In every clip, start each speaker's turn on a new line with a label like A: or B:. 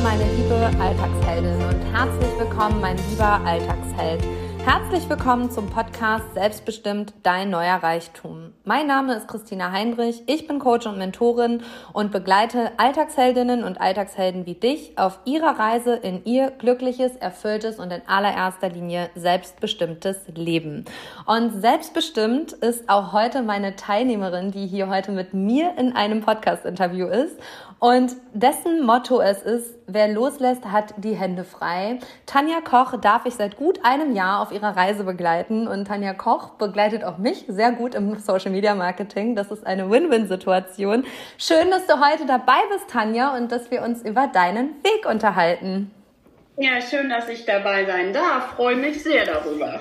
A: meine liebe Alltagsheldin und herzlich willkommen, mein lieber Alltagsheld. Herzlich willkommen zum Podcast Selbstbestimmt, dein neuer Reichtum. Mein Name ist Christina Heinrich, ich bin Coach und Mentorin und begleite Alltagsheldinnen und Alltagshelden wie dich auf ihrer Reise in ihr glückliches, erfülltes und in allererster Linie selbstbestimmtes Leben. Und selbstbestimmt ist auch heute meine Teilnehmerin, die hier heute mit mir in einem Podcast-Interview ist und dessen Motto es ist: Wer loslässt, hat die Hände frei. Tanja Koch darf ich seit gut einem Jahr auf ihrer Reise begleiten und Tanja Koch begleitet auch mich sehr gut im Social Media Marketing. Das ist eine Win-Win-Situation. Schön, dass du heute dabei bist, Tanja, und dass wir uns über deinen Weg unterhalten.
B: Ja, schön, dass ich dabei sein darf. Freue mich sehr darüber.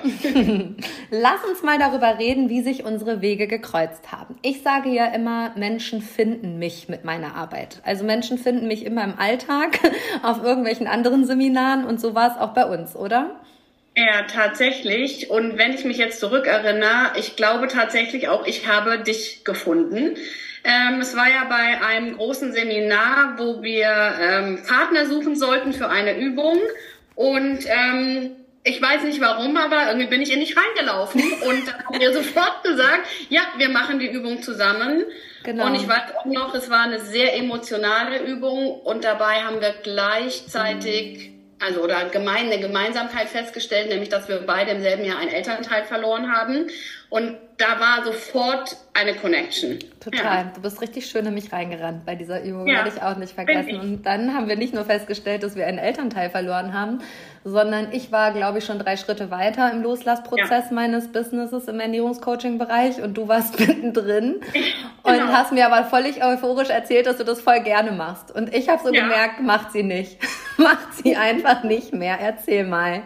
A: Lass uns mal darüber reden, wie sich unsere Wege gekreuzt haben. Ich sage ja immer, Menschen finden mich mit meiner Arbeit. Also Menschen finden mich immer im Alltag, auf irgendwelchen anderen Seminaren, und so war es auch bei uns, oder?
B: Ja, tatsächlich. Und wenn ich mich jetzt zurückerinnere, ich glaube tatsächlich auch, ich habe dich gefunden. Es war ja bei einem großen Seminar, wo wir Partner suchen sollten für eine Übung. Und ich weiß nicht warum, aber irgendwie bin ich in dich reingelaufen. Und dann haben wir sofort gesagt, ja, wir machen die Übung zusammen. Genau. Und ich weiß auch noch, es war eine sehr emotionale Übung. Und dabei haben wir gleichzeitig eine Gemeinsamkeit festgestellt, nämlich, dass wir beide im selben Jahr einen Elternteil verloren haben. Und da war sofort eine Connection.
A: Total. Ja. Du bist richtig schön in mich reingerannt bei dieser Übung, werde ich auch nicht vergessen. Und dann haben wir nicht nur festgestellt, dass wir einen Elternteil verloren haben, sondern ich war, glaube ich, schon 3 Schritte weiter im Loslassprozess meines Businesses im Ernährungscoaching-Bereich und du warst mittendrin und hast mir aber völlig euphorisch erzählt, dass du das voll gerne machst. Und ich habe so gemerkt, macht sie nicht. Macht sie einfach nicht mehr. Erzähl mal.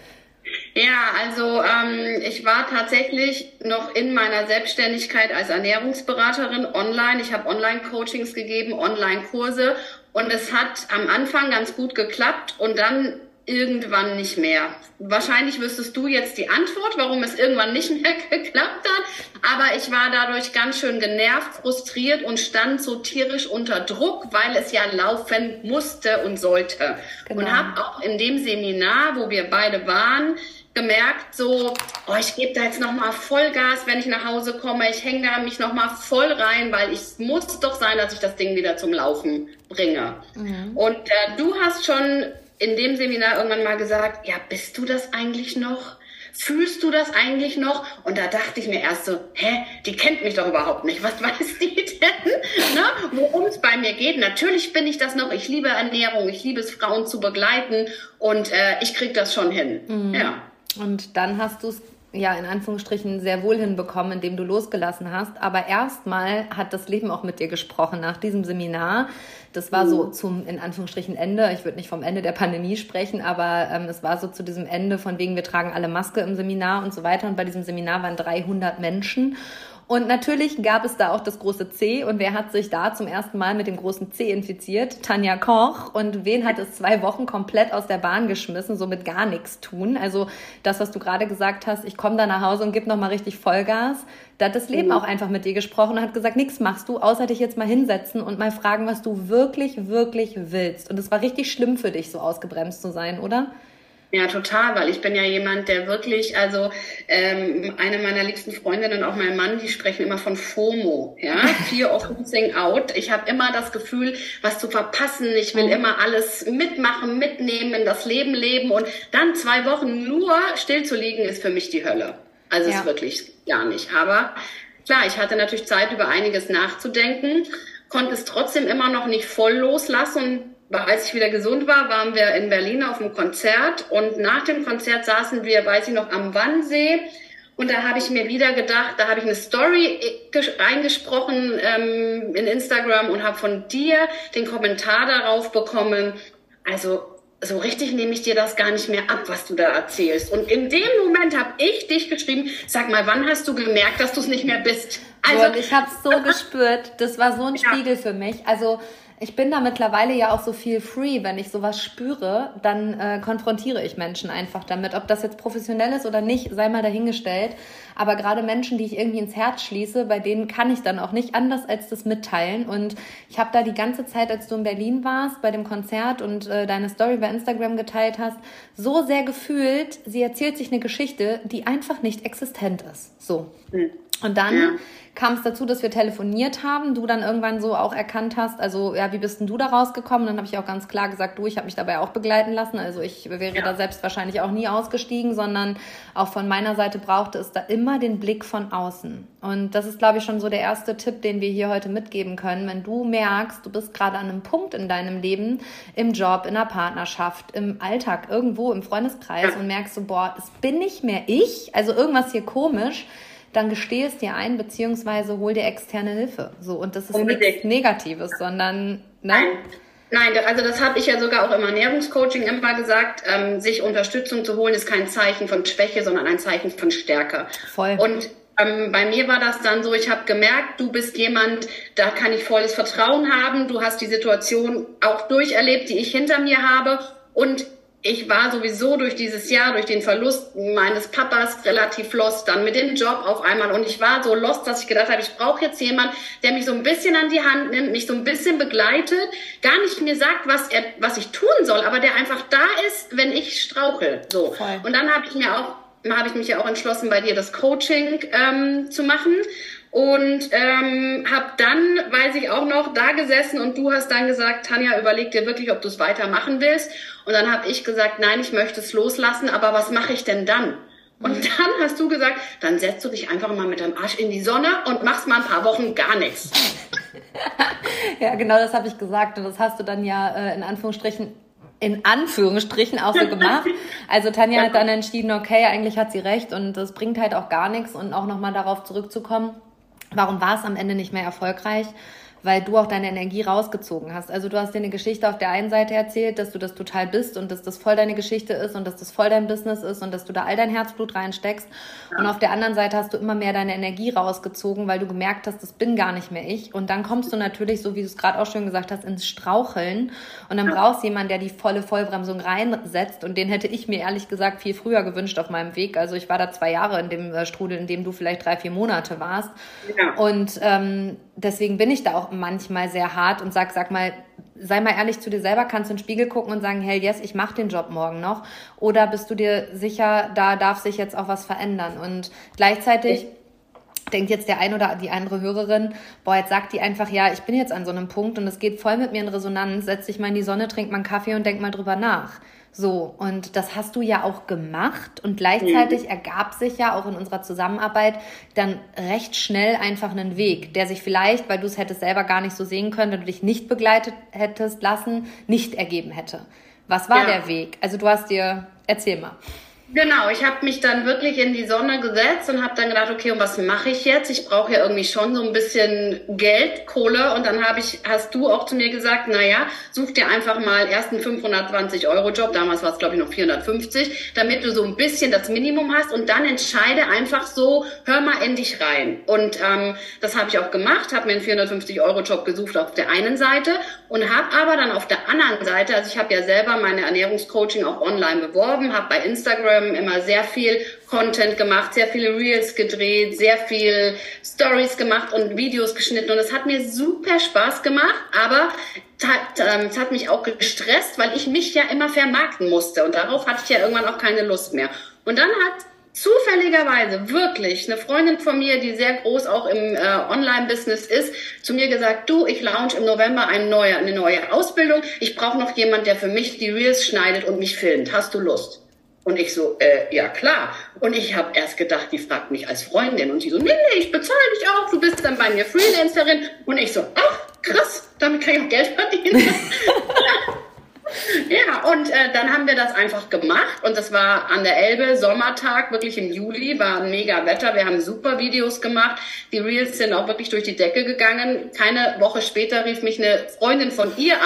B: Ja, also ich war tatsächlich noch in meiner Selbstständigkeit als Ernährungsberaterin online. Ich habe Online-Coachings gegeben, Online-Kurse und es hat am Anfang ganz gut geklappt und dann irgendwann nicht mehr. Wahrscheinlich wüsstest du jetzt die Antwort, warum es irgendwann nicht mehr geklappt hat. Aber ich war dadurch ganz schön genervt, frustriert und stand so tierisch unter Druck, weil es ja laufen musste und sollte. Genau. Und habe auch in dem Seminar, wo wir beide waren, gemerkt, so, ich gebe da jetzt nochmal Vollgas, wenn ich nach Hause komme. Ich hänge da mich nochmal voll rein, weil es muss doch sein, dass ich das Ding wieder zum Laufen bringe. Mhm. Und du hast schon in dem Seminar irgendwann mal gesagt, ja, bist du das eigentlich noch? Fühlst du das eigentlich noch? Und da dachte ich mir erst so, die kennt mich doch überhaupt nicht. Was weiß die denn? Ne? Worum es bei mir geht? Natürlich bin ich das noch. Ich liebe Ernährung. Ich liebe es, Frauen zu begleiten. Und ich kriege das schon hin.
A: Mhm. Ja. Und dann hast du es ja in Anführungsstrichen sehr wohl hinbekommen, indem du losgelassen hast. Aber erstmal hat das Leben auch mit dir gesprochen nach diesem Seminar. Das war so zum, in Anführungsstrichen, Ende. Ich würde nicht vom Ende der Pandemie sprechen, aber es war so zu diesem Ende von wegen, wir tragen alle Maske im Seminar und so weiter. Und bei diesem Seminar waren 300 Menschen. Und natürlich gab es da auch das große C. Und wer hat sich da zum ersten Mal mit dem großen C infiziert? Tanja Koch. Und wen hat es 2 Wochen komplett aus der Bahn geschmissen, so mit gar nichts tun? Also das, was du gerade gesagt hast, ich komme da nach Hause und gebe nochmal richtig Vollgas. Da hat das Leben auch einfach mit dir gesprochen und hat gesagt, nichts machst du, außer dich jetzt mal hinsetzen und mal fragen, was du wirklich, wirklich willst. Und es war richtig schlimm für dich, so ausgebremst zu sein, oder?
B: Ja, total, weil ich bin ja jemand, der wirklich, eine meiner liebsten Freundinnen und auch mein Mann, die sprechen immer von FOMO, ja, Fear of Missing Out. Ich habe immer das Gefühl, was zu verpassen. Ich will immer alles mitmachen, mitnehmen, in das Leben leben und dann 2 Wochen nur still zu liegen, ist für mich die Hölle. Also ist wirklich gar nicht. Aber klar, ich hatte natürlich Zeit, über einiges nachzudenken, konnte es trotzdem immer noch nicht voll loslassen. Als ich wieder gesund war, waren wir in Berlin auf einem Konzert und nach dem Konzert saßen wir, weiß ich noch, am Wannsee und da habe ich mir wieder gedacht, da habe ich eine Story eingesprochen in Instagram und habe von dir den Kommentar darauf bekommen, also so richtig nehme ich dir das gar nicht mehr ab, was du da erzählst. Und in dem Moment habe ich dich geschrieben, sag mal, wann hast du gemerkt, dass du es nicht mehr bist?
A: Also, und ich habe es so gespürt, das war so ein Spiegel für mich. Also Ich bin da mittlerweile ja auch so viel free, wenn ich sowas spüre, dann konfrontiere ich Menschen einfach damit. Ob das jetzt professionell ist oder nicht, sei mal dahingestellt. Aber gerade Menschen, die ich irgendwie ins Herz schließe, bei denen kann ich dann auch nicht anders als das mitteilen. Und ich habe da die ganze Zeit, als du in Berlin warst, bei dem Konzert und deine Story bei Instagram geteilt hast, so sehr gefühlt, sie erzählt sich eine Geschichte, die einfach nicht existent ist. So. Und dann kam es dazu, dass wir telefoniert haben, du dann irgendwann so auch erkannt hast, also ja, wie bist denn du da rausgekommen? Dann habe ich auch ganz klar gesagt, ich habe mich dabei auch begleiten lassen, also ich wäre da selbst wahrscheinlich auch nie ausgestiegen, sondern auch von meiner Seite brauchte es da immer den Blick von außen. Und das ist, glaube ich, schon so der erste Tipp, den wir hier heute mitgeben können. Wenn du merkst, du bist gerade an einem Punkt in deinem Leben, im Job, in der Partnerschaft, im Alltag, irgendwo im Freundeskreis und merkst so, das bin nicht mehr ich, also irgendwas hier komisch, dann gesteh es dir ein, beziehungsweise hol dir externe Hilfe. So, und das ist nichts Negatives, sondern, ne?
B: Nein, also das habe ich ja sogar auch im Ernährungscoaching immer gesagt, sich Unterstützung zu holen, ist kein Zeichen von Schwäche, sondern ein Zeichen von Stärke.
A: Voll.
B: Und bei mir war das dann so, ich habe gemerkt, du bist jemand, da kann ich volles Vertrauen haben, du hast die Situation auch durcherlebt, die ich hinter mir habe, und ich war sowieso durch dieses Jahr, durch den Verlust meines Papas relativ lost, dann mit dem Job auf einmal. Und ich war so lost, dass ich gedacht habe, ich brauche jetzt jemanden, der mich so ein bisschen an die Hand nimmt, mich so ein bisschen begleitet, gar nicht mir sagt, was ich tun soll, aber der einfach da ist, wenn ich strauchel. So.
A: Voll.
B: Und dann habe ich mich ja auch entschlossen, bei dir das Coaching zu machen. Und habe dann, weiß ich auch noch, da gesessen und du hast dann gesagt, Tanja, überleg dir wirklich, ob du es weitermachen willst. Und dann habe ich gesagt, nein, ich möchte es loslassen, aber was mache ich denn dann? Und dann hast du gesagt, dann setzt du dich einfach mal mit deinem Arsch in die Sonne und machst mal ein paar Wochen gar nichts.
A: Ja, genau, das habe ich gesagt und das hast du dann ja in Anführungsstrichen auch so gemacht. Also Tanja hat dann entschieden, okay, eigentlich hat sie recht und das bringt halt auch gar nichts. Und auch nochmal darauf zurückzukommen, warum war es am Ende nicht mehr erfolgreich? Weil du auch deine Energie rausgezogen hast. Also du hast dir eine Geschichte auf der einen Seite erzählt, dass du das total bist und dass das voll deine Geschichte ist und dass das voll dein Business ist und dass du da all dein Herzblut reinsteckst. Ja. Und auf der anderen Seite hast du immer mehr deine Energie rausgezogen, weil du gemerkt hast, das bin gar nicht mehr ich. Und dann kommst du natürlich, so wie du es gerade auch schon gesagt hast, ins Straucheln. Und dann brauchst du jemanden, der die volle Vollbremsung reinsetzt. Und den hätte ich mir ehrlich gesagt viel früher gewünscht auf meinem Weg. Also ich war da 2 Jahre in dem Strudel, in dem du vielleicht 3-4 Monate warst. Ja. Und deswegen bin ich da auch manchmal sehr hart und sag mal, sei mal ehrlich zu dir selber, kannst du in den Spiegel gucken und sagen, hey, yes, ich mache den Job morgen noch, oder bist du dir sicher, da darf sich jetzt auch was verändern? Und gleichzeitig denkt jetzt der ein oder die andere Hörerin, jetzt sagt die einfach, ja, ich bin jetzt an so einem Punkt und es geht voll mit mir in Resonanz, setz dich mal in die Sonne, trink mal einen Kaffee und denk mal drüber nach. So, und das hast du ja auch gemacht und gleichzeitig ergab sich ja auch in unserer Zusammenarbeit dann recht schnell einfach einen Weg, der sich vielleicht, weil du es hättest selber gar nicht so sehen können, wenn du dich nicht begleitet hättest lassen, nicht ergeben hätte. Was war der Weg? Also erzähl mal.
B: Genau, ich habe mich dann wirklich in die Sonne gesetzt und habe dann gedacht, okay, und was mache ich jetzt? Ich brauche ja irgendwie schon so ein bisschen Geld, Kohle. Und dann hast du auch zu mir gesagt, naja, such dir einfach mal erst einen 520-Euro-Job, damals war es glaube ich noch 450, damit du so ein bisschen das Minimum hast und dann entscheide einfach so, hör mal in dich rein. Und das habe ich auch gemacht, habe mir einen 450-Euro-Job gesucht auf der einen Seite und habe aber dann auf der anderen Seite, also ich habe ja selber meine Ernährungscoaching auch online beworben, habe bei Instagram immer sehr viel Content gemacht, sehr viele Reels gedreht, sehr viel Stories gemacht und Videos geschnitten und es hat mir super Spaß gemacht, aber es hat mich auch gestresst, weil ich mich ja immer vermarkten musste und darauf hatte ich ja irgendwann auch keine Lust mehr. Und dann hat zufälligerweise wirklich eine Freundin von mir, die sehr groß auch im Online-Business ist, zu mir gesagt, du, ich launch im November eine neue Ausbildung, ich brauche noch jemand, der für mich die Reels schneidet und mich filmt, hast du Lust? Und ich so, ja klar. Und ich habe erst gedacht, die fragt mich als Freundin. Und sie so, nee, ich bezahle dich auch, du bist dann bei mir Freelancerin. Und ich so, ach, krass, damit kann ich auch Geld verdienen. Ja, und dann haben wir das einfach gemacht. Und das war an der Elbe, Sommertag, wirklich im Juli, war ein mega Wetter. Wir haben super Videos gemacht. Die Reels sind auch wirklich durch die Decke gegangen. Keine Woche später rief mich eine Freundin von ihr an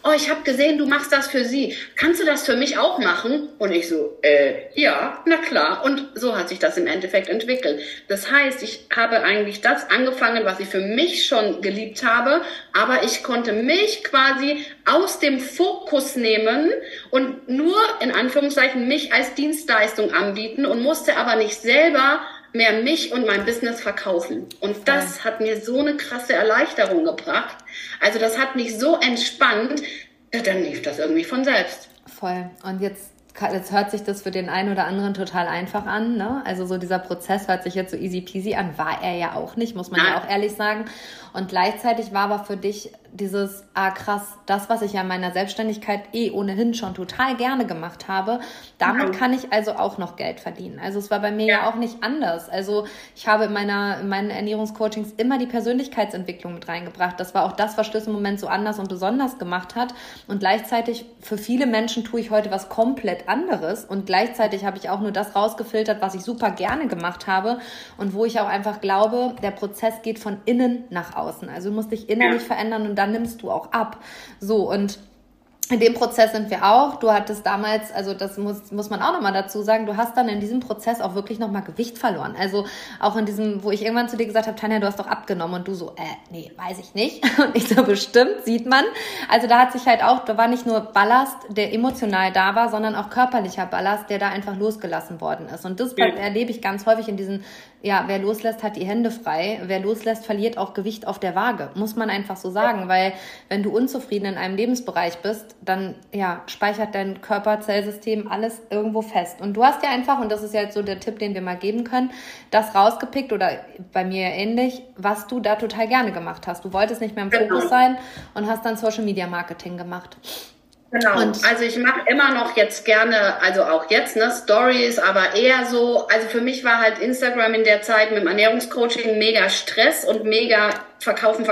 B: oh, ich habe gesehen, du machst das für sie. Kannst du das für mich auch machen? Und ich so, ja, na klar. Und so hat sich das im Endeffekt entwickelt. Das heißt, ich habe eigentlich das angefangen, was ich für mich schon geliebt habe, aber ich konnte mich quasi aus dem Fokus nehmen und nur in Anführungszeichen mich als Dienstleistung anbieten und musste aber nicht selber mehr mich und mein Business verkaufen. Und das hat mir so eine krasse Erleichterung gebracht. Also das hat mich so entspannt, dann lief das irgendwie von selbst.
A: Voll. Und jetzt hört sich das für den einen oder anderen total einfach an, ne? Also so dieser Prozess hört sich jetzt so easy peasy an, war er ja auch nicht, muss man ja auch ehrlich sagen. Und gleichzeitig war aber für dich dieses, krass, das, was ich ja in meiner Selbstständigkeit ohnehin schon total gerne gemacht habe, damit kann ich also auch noch Geld verdienen. Also es war bei mir ja auch nicht anders. Also ich habe in meinen Ernährungscoachings immer die Persönlichkeitsentwicklung mit reingebracht. Das war auch das, was Schlüsselmoment so anders und besonders gemacht hat. Und gleichzeitig für viele Menschen tue ich heute was komplett anderes. Und gleichzeitig habe ich auch nur das rausgefiltert, was ich super gerne gemacht habe und wo ich auch einfach glaube, der Prozess geht von innen nach außen. Also du musst dich innerlich verändern und dann nimmst du auch ab. So, und in dem Prozess sind wir auch. Du hattest damals, also das muss man auch nochmal dazu sagen, du hast dann in diesem Prozess auch wirklich nochmal Gewicht verloren. Also auch in diesem, wo ich irgendwann zu dir gesagt habe, Tanja, du hast doch abgenommen, und du so, nee, weiß ich nicht. Und ich so, bestimmt, sieht man. Also da hat sich halt auch, da war nicht nur Ballast, der emotional da war, sondern auch körperlicher Ballast, der da einfach losgelassen worden ist. Und das erlebe ich ganz häufig in diesen, wer loslässt, hat die Hände frei. Wer loslässt, verliert auch Gewicht auf der Waage. Muss man einfach so sagen, weil wenn du unzufrieden in einem Lebensbereich bist, dann speichert dein Körperzellsystem alles irgendwo fest. Und du hast ja einfach, und das ist ja jetzt so der Tipp, den wir mal geben können, das rausgepickt, oder bei mir ähnlich, was du da total gerne gemacht hast. Du wolltest nicht mehr im Fokus sein und hast dann Social Media Marketing gemacht.
B: Genau, also ich mache immer noch jetzt gerne, also auch jetzt, Stories, aber eher so, also für mich war halt Instagram in der Zeit mit dem Ernährungscoaching mega Stress und mega verkaufen.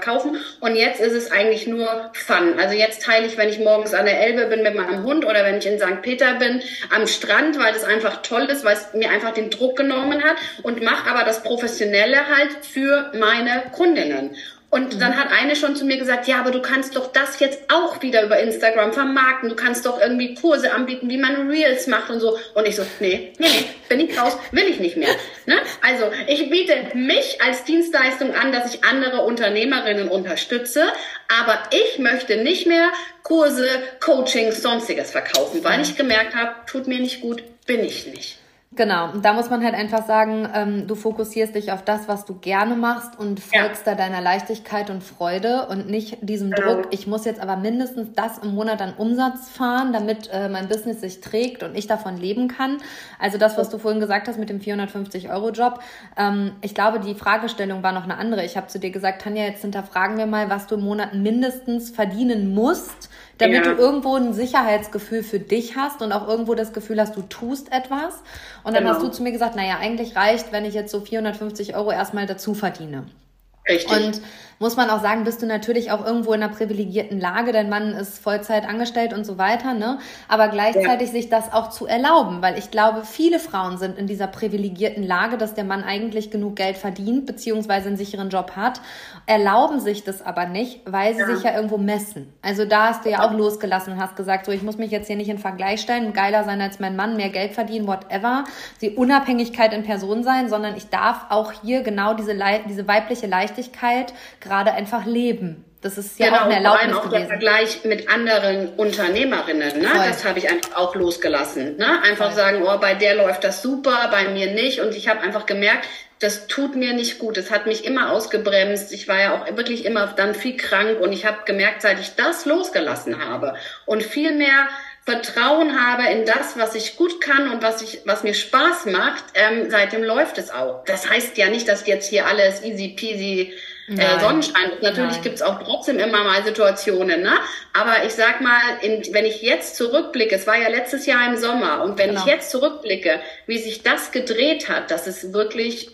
B: Und jetzt ist es eigentlich nur Fun. Also jetzt teile ich, wenn ich morgens an der Elbe bin mit meinem Hund oder wenn ich in St. Peter bin, am Strand, weil das einfach toll ist, weil es mir einfach den Druck genommen hat, und mache aber das Professionelle halt für meine Kundinnen. Und dann hat eine schon zu mir gesagt, ja, aber du kannst doch das jetzt auch wieder über Instagram vermarkten. Du kannst doch irgendwie Kurse anbieten, wie man Reels macht und so. Und ich so, nee, bin ich raus, will ich nicht mehr. Ne? Also ich biete mich als Dienstleistung an, dass ich andere Unternehmerinnen unterstütze. Aber ich möchte nicht mehr Kurse, Coachings, sonstiges verkaufen, weil ich gemerkt habe, tut mir nicht gut, bin ich nicht.
A: Genau, und da muss man halt einfach sagen, du fokussierst dich auf das, was du gerne machst, und folgst da deiner Leichtigkeit und Freude und nicht diesem Druck, ich muss jetzt aber mindestens das im Monat an Umsatz fahren, damit mein Business sich trägt und ich davon leben kann. Also das, was du vorhin gesagt hast mit dem 450-Euro-Job, ich glaube, die Fragestellung war noch eine andere. Ich habe zu dir gesagt, Tanja, jetzt hinterfragen wir mal, was du im Monat mindestens verdienen musst, damit du irgendwo ein Sicherheitsgefühl für dich hast und auch irgendwo das Gefühl hast, du tust etwas. Und dann hast du zu mir gesagt, eigentlich reicht, wenn ich jetzt so 450 Euro erstmal dazu verdiene.
B: Richtig.
A: Und muss man auch sagen, bist du natürlich auch irgendwo in einer privilegierten Lage, dein Mann ist Vollzeit angestellt und so weiter, ne? Aber gleichzeitig sich das auch zu erlauben, weil ich glaube, viele Frauen sind in dieser privilegierten Lage, dass der Mann eigentlich genug Geld verdient, beziehungsweise einen sicheren Job hat, erlauben sich das aber nicht, weil sie sich ja irgendwo messen. Also da hast du ja auch losgelassen und hast gesagt, so, ich muss mich jetzt hier nicht in Vergleich stellen und geiler sein als mein Mann, mehr Geld verdienen, whatever, die Unabhängigkeit in Person sein, sondern ich darf auch hier genau diese weibliche Leichtigkeit gerade einfach leben. Das ist ja auch eine Erlaubnis
B: auch gewesen. Der Vergleich mit anderen Unternehmerinnen, ne? Das habe ich einfach auch losgelassen. Ne? Einfach sagen, bei der läuft das super, bei mir nicht. Und ich habe einfach gemerkt, das tut mir nicht gut. Es hat mich immer ausgebremst. Ich war ja auch wirklich immer dann viel krank. Und ich habe gemerkt, seit ich das losgelassen habe und viel mehr Vertrauen habe in das, was ich gut kann und was mir Spaß macht, seitdem läuft es auch. Das heißt ja nicht, dass jetzt hier alles easy peasy Sonnenschein ist. Natürlich gibt's auch trotzdem immer mal Situationen, ne? Aber ich sag mal, wenn ich jetzt zurückblicke, es war ja letztes Jahr im Sommer, und wenn ich jetzt zurückblicke, wie sich das gedreht hat, das ist wirklich,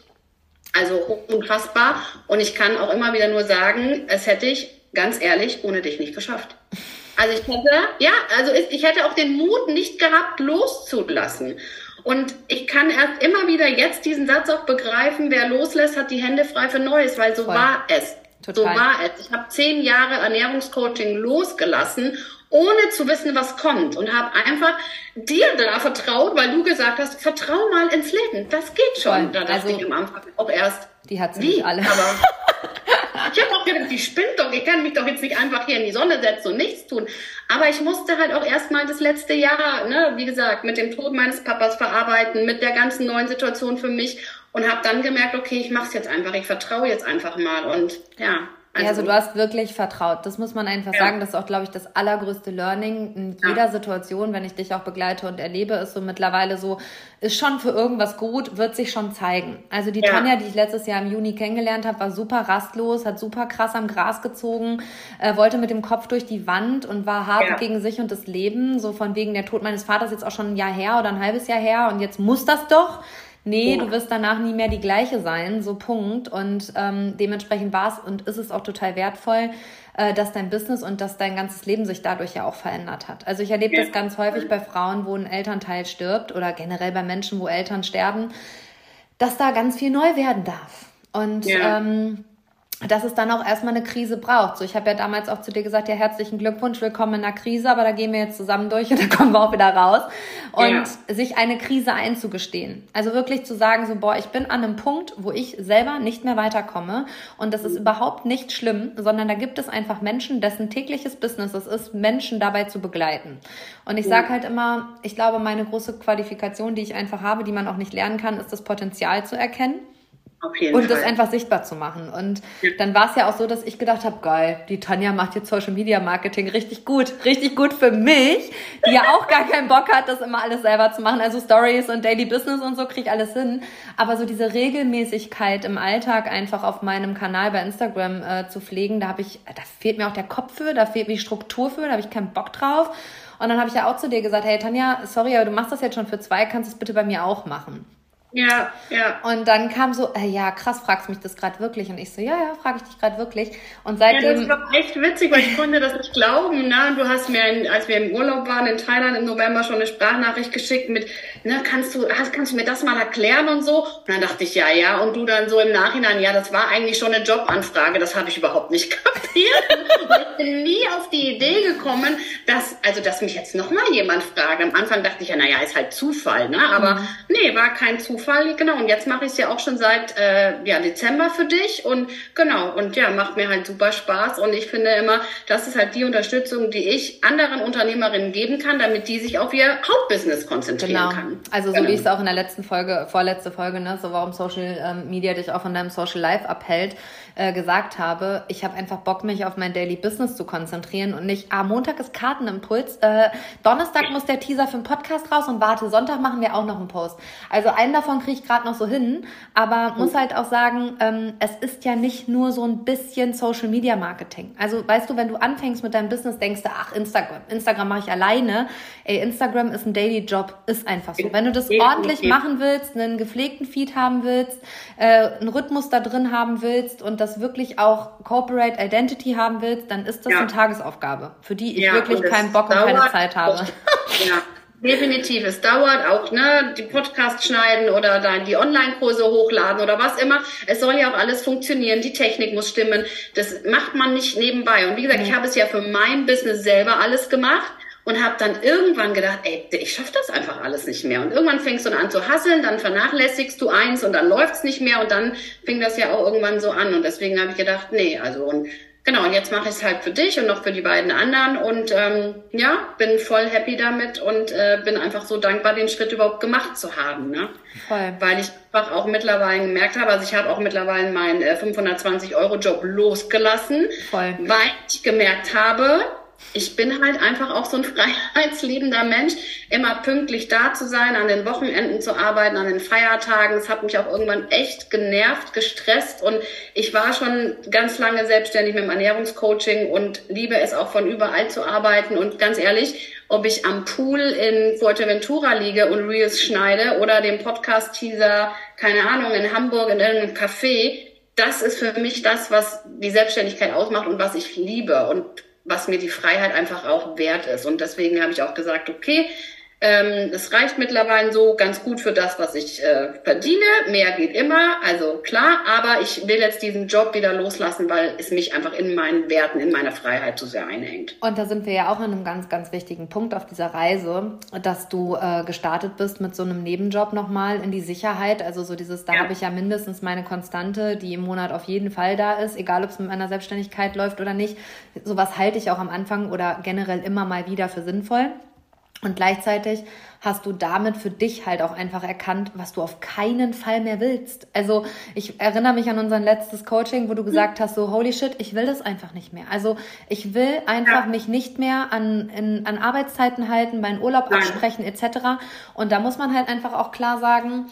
B: also unfassbar. Und ich kann auch immer wieder nur sagen, es hätte ich, ganz ehrlich, ohne dich nicht geschafft. Also ich hätte auch den Mut nicht gehabt, loszulassen. Und ich kann erst immer wieder jetzt diesen Satz auch begreifen, wer loslässt, hat die Hände frei für Neues, weil so war es.
A: Total.
B: So war es. Ich habe 10 Jahre Ernährungscoaching losgelassen, ohne zu wissen, was kommt. Und habe einfach dir da vertraut, weil du gesagt hast, vertrau mal ins Leben. Das geht schon. Da dachte ich am Anfang auch erst,
A: die hat sie nicht alle.
B: Aber ich habe auch gedacht, die spinnt doch. Ich kann mich doch jetzt nicht einfach hier in die Sonne setzen und nichts tun. Aber ich musste halt auch erstmal das letzte Jahr, ne, wie gesagt, mit dem Tod meines Papas verarbeiten, mit der ganzen neuen Situation für mich und habe dann gemerkt, okay, ich mache es jetzt einfach. Ich vertraue jetzt einfach mal und ja.
A: Also du hast wirklich vertraut. Das muss man einfach sagen. Das ist auch, glaube ich, das allergrößte Learning in jeder Situation, wenn ich dich auch begleite und erlebe, ist so mittlerweile so, ist schon für irgendwas gut, wird sich schon zeigen. Also die Tonja, die ich letztes Jahr im Juni kennengelernt habe, war super rastlos, hat super krass am Gras gezogen, wollte mit dem Kopf durch die Wand und war hart gegen sich und das Leben. So von wegen der Tod meines Vaters jetzt auch schon ein Jahr her oder ein halbes Jahr her und jetzt muss das doch. Nee, du wirst danach nie mehr die gleiche sein, so Punkt. Und dementsprechend war es und ist es auch total wertvoll, dass dein Business und dass dein ganzes Leben sich dadurch ja auch verändert hat. Also ich erlebe das ganz häufig bei Frauen, wo ein Elternteil stirbt oder generell bei Menschen, wo Eltern sterben, dass da ganz viel neu werden darf. Und dass es dann auch erstmal eine Krise braucht. So, ich habe ja damals auch zu dir gesagt, ja, herzlichen Glückwunsch, willkommen in der Krise, aber da gehen wir jetzt zusammen durch und dann kommen wir auch wieder raus. Und sich eine Krise einzugestehen. Also wirklich zu sagen, so, boah, ich bin an einem Punkt, wo ich selber nicht mehr weiterkomme und das ist überhaupt nicht schlimm, sondern da gibt es einfach Menschen, dessen tägliches Business es ist, Menschen dabei zu begleiten. Und ich sage halt immer, ich glaube, meine große Qualifikation, die ich einfach habe, die man auch nicht lernen kann, ist das Potenzial zu erkennen. Und das einfach sichtbar zu machen. Und dann war es ja auch so, dass ich gedacht habe, geil, die Tonja macht jetzt Social Media Marketing richtig gut für mich, die ja auch gar keinen Bock hat, das immer alles selber zu machen. Also Stories und Daily Business und so kriege ich alles hin. Aber so diese Regelmäßigkeit im Alltag einfach auf meinem Kanal bei Instagram zu pflegen, da fehlt mir auch der Kopf für, da fehlt mir die Struktur für, da habe ich keinen Bock drauf. Und dann habe ich ja auch zu dir gesagt, hey Tonja, sorry, aber du machst das jetzt schon für 2, kannst du es bitte bei mir auch machen?
B: Ja.
A: Und dann kam so, ja, krass, fragst mich das gerade wirklich? Und ich so, ja, frage ich dich gerade wirklich. Und seitdem...
B: Ja, das war echt witzig, weil ich konnte das nicht glauben. Ne? Und du hast mir, als wir im Urlaub waren in Thailand im November, schon eine Sprachnachricht geschickt mit, ne, kannst du mir das mal erklären und so? Und dann dachte ich, ja. Und du dann so im Nachhinein, ja, das war eigentlich schon eine Jobanfrage, das habe ich überhaupt nicht kapiert. Ich bin nie auf die Idee gekommen, dass mich jetzt nochmal jemand fragt. Am Anfang dachte ich ja, naja, ist halt Zufall, ne? Aber nee, war kein Zufall. Genau, und jetzt mache ich es ja auch schon seit Dezember für dich und genau, und ja, macht mir halt super Spaß und ich finde immer, das ist halt die Unterstützung, die ich anderen Unternehmerinnen geben kann, damit die sich auf ihr Hauptbusiness konzentrieren kann.
A: Also so wie ich es auch in der vorletzte Folge, ne, so warum Social Media dich auch von deinem Social Life abhält, gesagt habe, ich habe einfach Bock, mich auf mein Daily Business zu konzentrieren und nicht, Montag ist Kartenimpuls, Donnerstag muss der Teaser für den Podcast raus und warte, Sonntag machen wir auch noch einen Post. Also einen davon kriege ich gerade noch so hin, aber muss halt auch sagen, es ist ja nicht nur so ein bisschen Social Media Marketing. Also weißt du, wenn du anfängst mit deinem Business, denkst du, ach, Instagram mache ich alleine. Ey, Instagram ist ein Daily Job, ist einfach so. Wenn du das ordentlich machen willst, einen gepflegten Feed haben willst, einen Rhythmus da drin haben willst und das wirklich auch Corporate Identity haben willst, dann ist das eine Tagesaufgabe, für die ich wirklich keinen Bock und keine Zeit habe.
B: Ja. Definitiv, es dauert auch, ne, die Podcasts schneiden oder dann die Online-Kurse hochladen oder was immer. Es soll ja auch alles funktionieren, die Technik muss stimmen. Das macht man nicht nebenbei. Und wie gesagt, ich habe es ja für mein Business selber alles gemacht und habe dann irgendwann gedacht, ey, ich schaffe das einfach alles nicht mehr. Und irgendwann fängst du dann an zu hasseln, dann vernachlässigst du eins und dann läuft's nicht mehr und dann fing das ja auch irgendwann so an. Und deswegen habe ich gedacht, nee, und jetzt mache ich es halt für dich und noch für die beiden anderen und bin voll happy damit und bin einfach so dankbar, den Schritt überhaupt gemacht zu haben. Ne?
A: Voll.
B: Weil ich einfach auch mittlerweile gemerkt habe, also ich habe auch mittlerweile meinen 520-Euro-Job losgelassen, weil ich gemerkt habe, ich bin halt einfach auch so ein freiheitsliebender Mensch, immer pünktlich da zu sein, an den Wochenenden zu arbeiten, an den Feiertagen. Es hat mich auch irgendwann echt genervt, gestresst und ich war schon ganz lange selbstständig mit dem Ernährungscoaching und liebe es auch von überall zu arbeiten und ganz ehrlich, ob ich am Pool in Fuerteventura liege und Reels schneide oder den Podcast-Teaser, keine Ahnung, in Hamburg in irgendeinem Café, das ist für mich das, was die Selbstständigkeit ausmacht und was ich liebe und was mir die Freiheit einfach auch wert ist. Und deswegen habe ich auch gesagt, okay, Es reicht mittlerweile so ganz gut für das, was ich verdiene. Mehr geht immer, also klar, aber ich will jetzt diesen Job wieder loslassen, weil es mich einfach in meinen Werten, in meiner Freiheit so sehr einengt.
A: Und da sind wir ja auch an einem ganz, ganz wichtigen Punkt auf dieser Reise, dass du gestartet bist mit so einem Nebenjob nochmal in die Sicherheit. Also so dieses, da habe ich ja mindestens meine Konstante, die im Monat auf jeden Fall da ist, egal ob es mit meiner Selbstständigkeit läuft oder nicht. Sowas halte ich auch am Anfang oder generell immer mal wieder für sinnvoll. Und gleichzeitig hast du damit für dich halt auch einfach erkannt, was du auf keinen Fall mehr willst. Also ich erinnere mich an unser letztes Coaching, wo du gesagt hast, so holy shit, ich will das einfach nicht mehr. Also ich will einfach mich nicht mehr an Arbeitszeiten halten, meinen Urlaub absprechen etc. Und da muss man halt einfach auch klar sagen,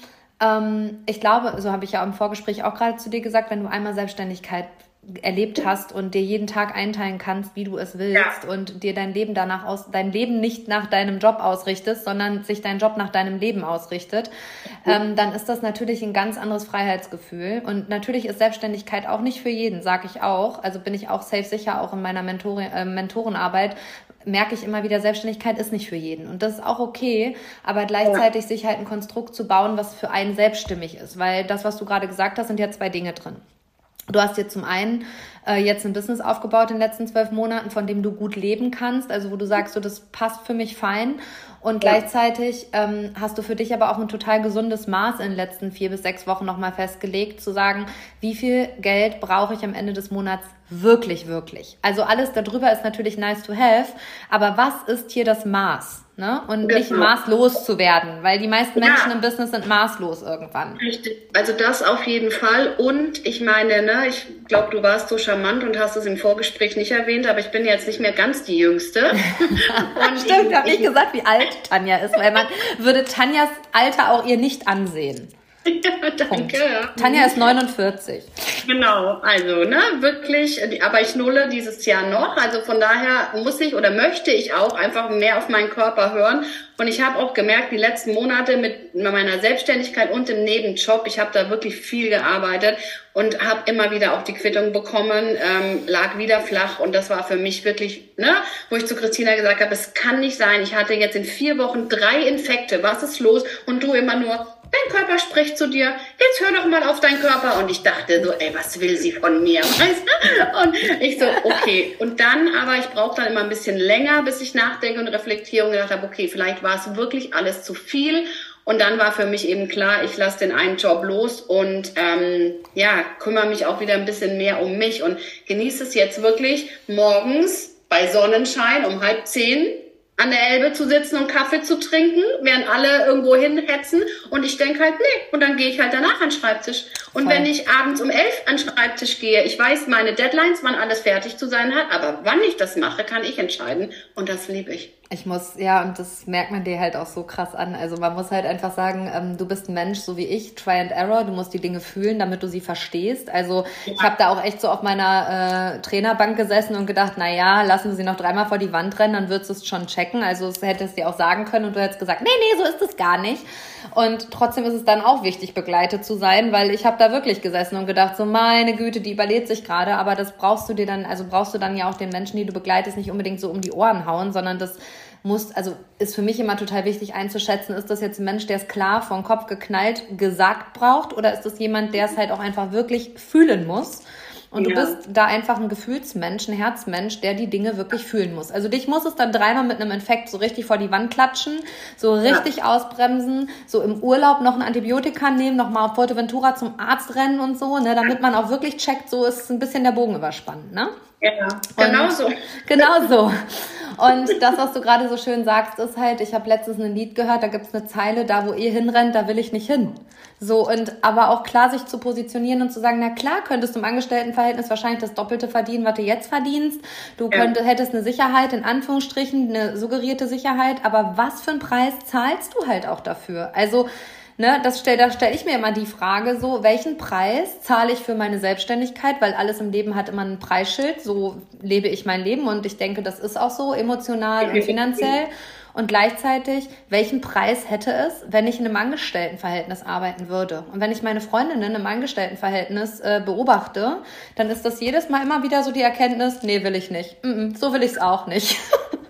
A: ich glaube, so habe ich ja im Vorgespräch auch gerade zu dir gesagt, wenn du einmal Selbstständigkeit erlebt hast und dir jeden Tag einteilen kannst, wie du es willst und dir dein Leben dein Leben nicht nach deinem Job ausrichtest, sondern sich dein Job nach deinem Leben ausrichtet, dann ist das natürlich ein ganz anderes Freiheitsgefühl. Und natürlich ist Selbstständigkeit auch nicht für jeden, sage ich auch. Also bin ich auch safe sicher, auch in meiner Mentorenarbeit merke ich immer wieder, Selbstständigkeit ist nicht für jeden. Und das ist auch okay, aber gleichzeitig sich halt ein Konstrukt zu bauen, was für einen selbststimmig ist. Weil das, was du gerade gesagt hast, sind ja zwei Dinge drin. Du hast dir zum einen jetzt ein Business aufgebaut in den letzten 12 Monaten, von dem du gut leben kannst, also wo du sagst, so das passt für mich fein. Und gleichzeitig hast du für dich aber auch ein total gesundes Maß in den letzten 4 bis 6 Wochen nochmal festgelegt, zu sagen, wie viel Geld brauche ich am Ende des Monats wirklich, wirklich. Also alles darüber ist natürlich nice to have, aber was ist hier das Maß? Ne? Und nicht maßlos zu werden, weil die meisten Menschen im Business sind maßlos irgendwann.
B: Richtig, also das auf jeden Fall. Und ich meine, ne, ich glaube, du warst so charmant und hast es im Vorgespräch nicht erwähnt, aber ich bin jetzt nicht mehr ganz die Jüngste.
A: Und stimmt, ich habe nicht gesagt, wie alt Tanja ist, weil man würde Tanjas Alter auch ihr nicht ansehen.
B: Ja, danke.
A: Tanja ist 49.
B: Genau, also ne, wirklich, aber ich nulle dieses Jahr noch, also von daher muss ich oder möchte ich auch einfach mehr auf meinen Körper hören und ich habe auch gemerkt, die letzten Monate mit meiner Selbstständigkeit und dem Nebenjob, ich habe da wirklich viel gearbeitet und habe immer wieder auch die Quittung bekommen, lag wieder flach und das war für mich wirklich, ne, wo ich zu Christina gesagt habe, es kann nicht sein, ich hatte jetzt in 4 Wochen 3 Infekte, was ist los? Und du immer nur, dein Körper spricht zu dir, jetzt hör doch mal auf deinen Körper. Und ich dachte so, ey, was will sie von mir? Weißt du? Und ich so, okay. Und dann, aber ich brauche dann immer ein bisschen länger, bis ich nachdenke und reflektiere und gedacht habe, okay, vielleicht war es wirklich alles zu viel. Und dann war für mich eben klar, ich lasse den einen Job los und kümmere mich auch wieder ein bisschen mehr um mich und genieße es jetzt wirklich morgens bei Sonnenschein um 9:30 an der Elbe zu sitzen und Kaffee zu trinken, während alle irgendwo hinhetzen. Und ich denke halt, nee. Und dann gehe ich halt danach an den Schreibtisch. Und wenn ich abends um 11 an den Schreibtisch gehe, ich weiß meine Deadlines, wann alles fertig zu sein hat, aber wann ich das mache, kann ich entscheiden. Und das liebe ich.
A: Und das merkt man dir halt auch so krass an. Also man muss halt einfach sagen, du bist ein Mensch, so wie ich, Try and Error. Du musst die Dinge fühlen, damit du sie verstehst. Also ich habe da auch echt so auf meiner Trainerbank gesessen und gedacht, lassen wir sie noch 3-mal vor die Wand rennen, dann würdest du es schon checken. Also es hättest dir auch sagen können und du hättest gesagt, nee, so ist es gar nicht. Und trotzdem ist es dann auch wichtig, begleitet zu sein, weil ich habe da wirklich gesessen und gedacht, so meine Güte, die überlebt sich gerade, aber das brauchst du dann ja auch den Menschen, die du begleitest, nicht unbedingt so um die Ohren hauen, sondern das ist für mich immer total wichtig einzuschätzen, ist das jetzt ein Mensch, der es klar vom Kopf geknallt gesagt braucht oder ist das jemand, der es halt auch einfach wirklich fühlen muss? Und du bist da einfach ein Gefühlsmensch, ein Herzmensch, der die Dinge wirklich fühlen muss. Also dich muss es dann 3-mal mit einem Infekt so richtig vor die Wand klatschen, so richtig ausbremsen, so im Urlaub noch ein Antibiotika nehmen, nochmal auf Fuerteventura zum Arzt rennen und so, ne, damit man auch wirklich checkt, so ist ein bisschen der Bogen überspannt, ne?
B: Ja, genau so.
A: Genau so. Und das, was du gerade so schön sagst, ist halt, ich habe letztens ein Lied gehört, da gibt's eine Zeile, da wo ihr hinrennt, da will ich nicht hin. So, und aber auch klar sich zu positionieren und zu sagen, na klar, könntest du im Angestelltenverhältnis wahrscheinlich das Doppelte verdienen, was du jetzt verdienst. Du hättest eine Sicherheit, in Anführungsstrichen, eine suggerierte Sicherheit, aber was für einen Preis zahlst du halt auch dafür? Also, ne, da stelle ich mir immer die Frage, so, welchen Preis zahle ich für meine Selbstständigkeit, weil alles im Leben hat immer ein Preisschild, so lebe ich mein Leben und ich denke, das ist auch so, emotional und finanziell. Und gleichzeitig, welchen Preis hätte es, wenn ich in einem Angestelltenverhältnis arbeiten würde? Und wenn ich meine Freundinnen im Angestelltenverhältnis beobachte, dann ist das jedes Mal immer wieder so die Erkenntnis, nee, will ich nicht. So will ich es auch nicht.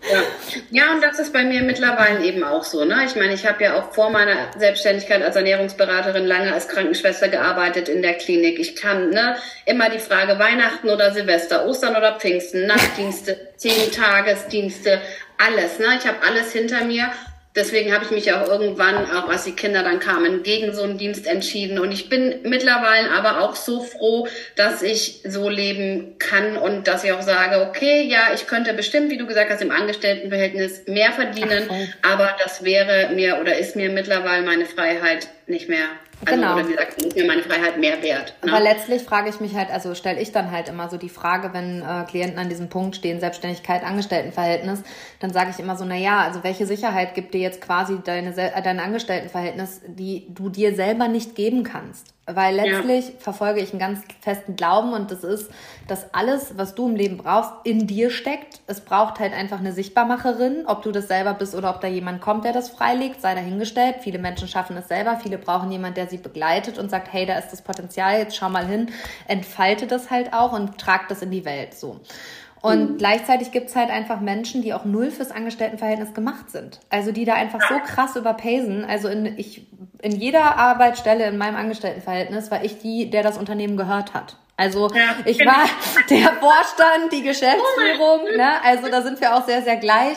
B: Ja, und das ist bei mir mittlerweile eben auch so. Ne? Ich meine, ich habe ja auch vor meiner Selbstständigkeit als Ernährungsberaterin lange als Krankenschwester gearbeitet in der Klinik. Ich kann immer die Frage Weihnachten oder Silvester, Ostern oder Pfingsten, Nachtdienste, 10-Tagesdienste, alles. Ne? Ich habe alles hinter mir. Deswegen habe ich mich auch irgendwann, auch als die Kinder dann kamen, gegen so einen Dienst entschieden. Und ich bin mittlerweile aber auch so froh, dass ich so leben kann und dass ich auch sage, okay, ja, ich könnte bestimmt, wie du gesagt hast, im Angestelltenverhältnis mehr verdienen, aber das wäre mir oder ist mir mittlerweile meine Freiheit nicht mehr. Also,
A: genau.
B: Oder wie gesagt, ist mir meine Freiheit mehr wert. Ne?
A: Aber letztlich frage ich mich halt, also stelle ich dann halt immer so die Frage, wenn Klienten an diesem Punkt stehen, Selbstständigkeit, Angestelltenverhältnis, dann sage ich immer so, also welche Sicherheit gibt dir jetzt quasi dein Angestelltenverhältnis, die du dir selber nicht geben kannst? Weil letztlich verfolge ich einen ganz festen Glauben und das ist, dass alles, was du im Leben brauchst, in dir steckt. Es braucht halt einfach eine Sichtbarmacherin, ob du das selber bist oder ob da jemand kommt, der das freilegt, sei dahingestellt. Viele Menschen schaffen es selber, viele brauchen jemanden, der sie begleitet und sagt, hey, da ist das Potenzial, jetzt schau mal hin, entfalte das halt auch und trag das in die Welt, so. Und gleichzeitig gibt's halt einfach Menschen, die auch null fürs Angestelltenverhältnis gemacht sind. Also die da einfach so krass überpacen. Also in jeder Arbeitsstelle in meinem Angestelltenverhältnis war ich die, der das Unternehmen gehört hat. Also ich war der Vorstand, die Geschäftsführung, also da sind wir auch sehr, sehr gleich.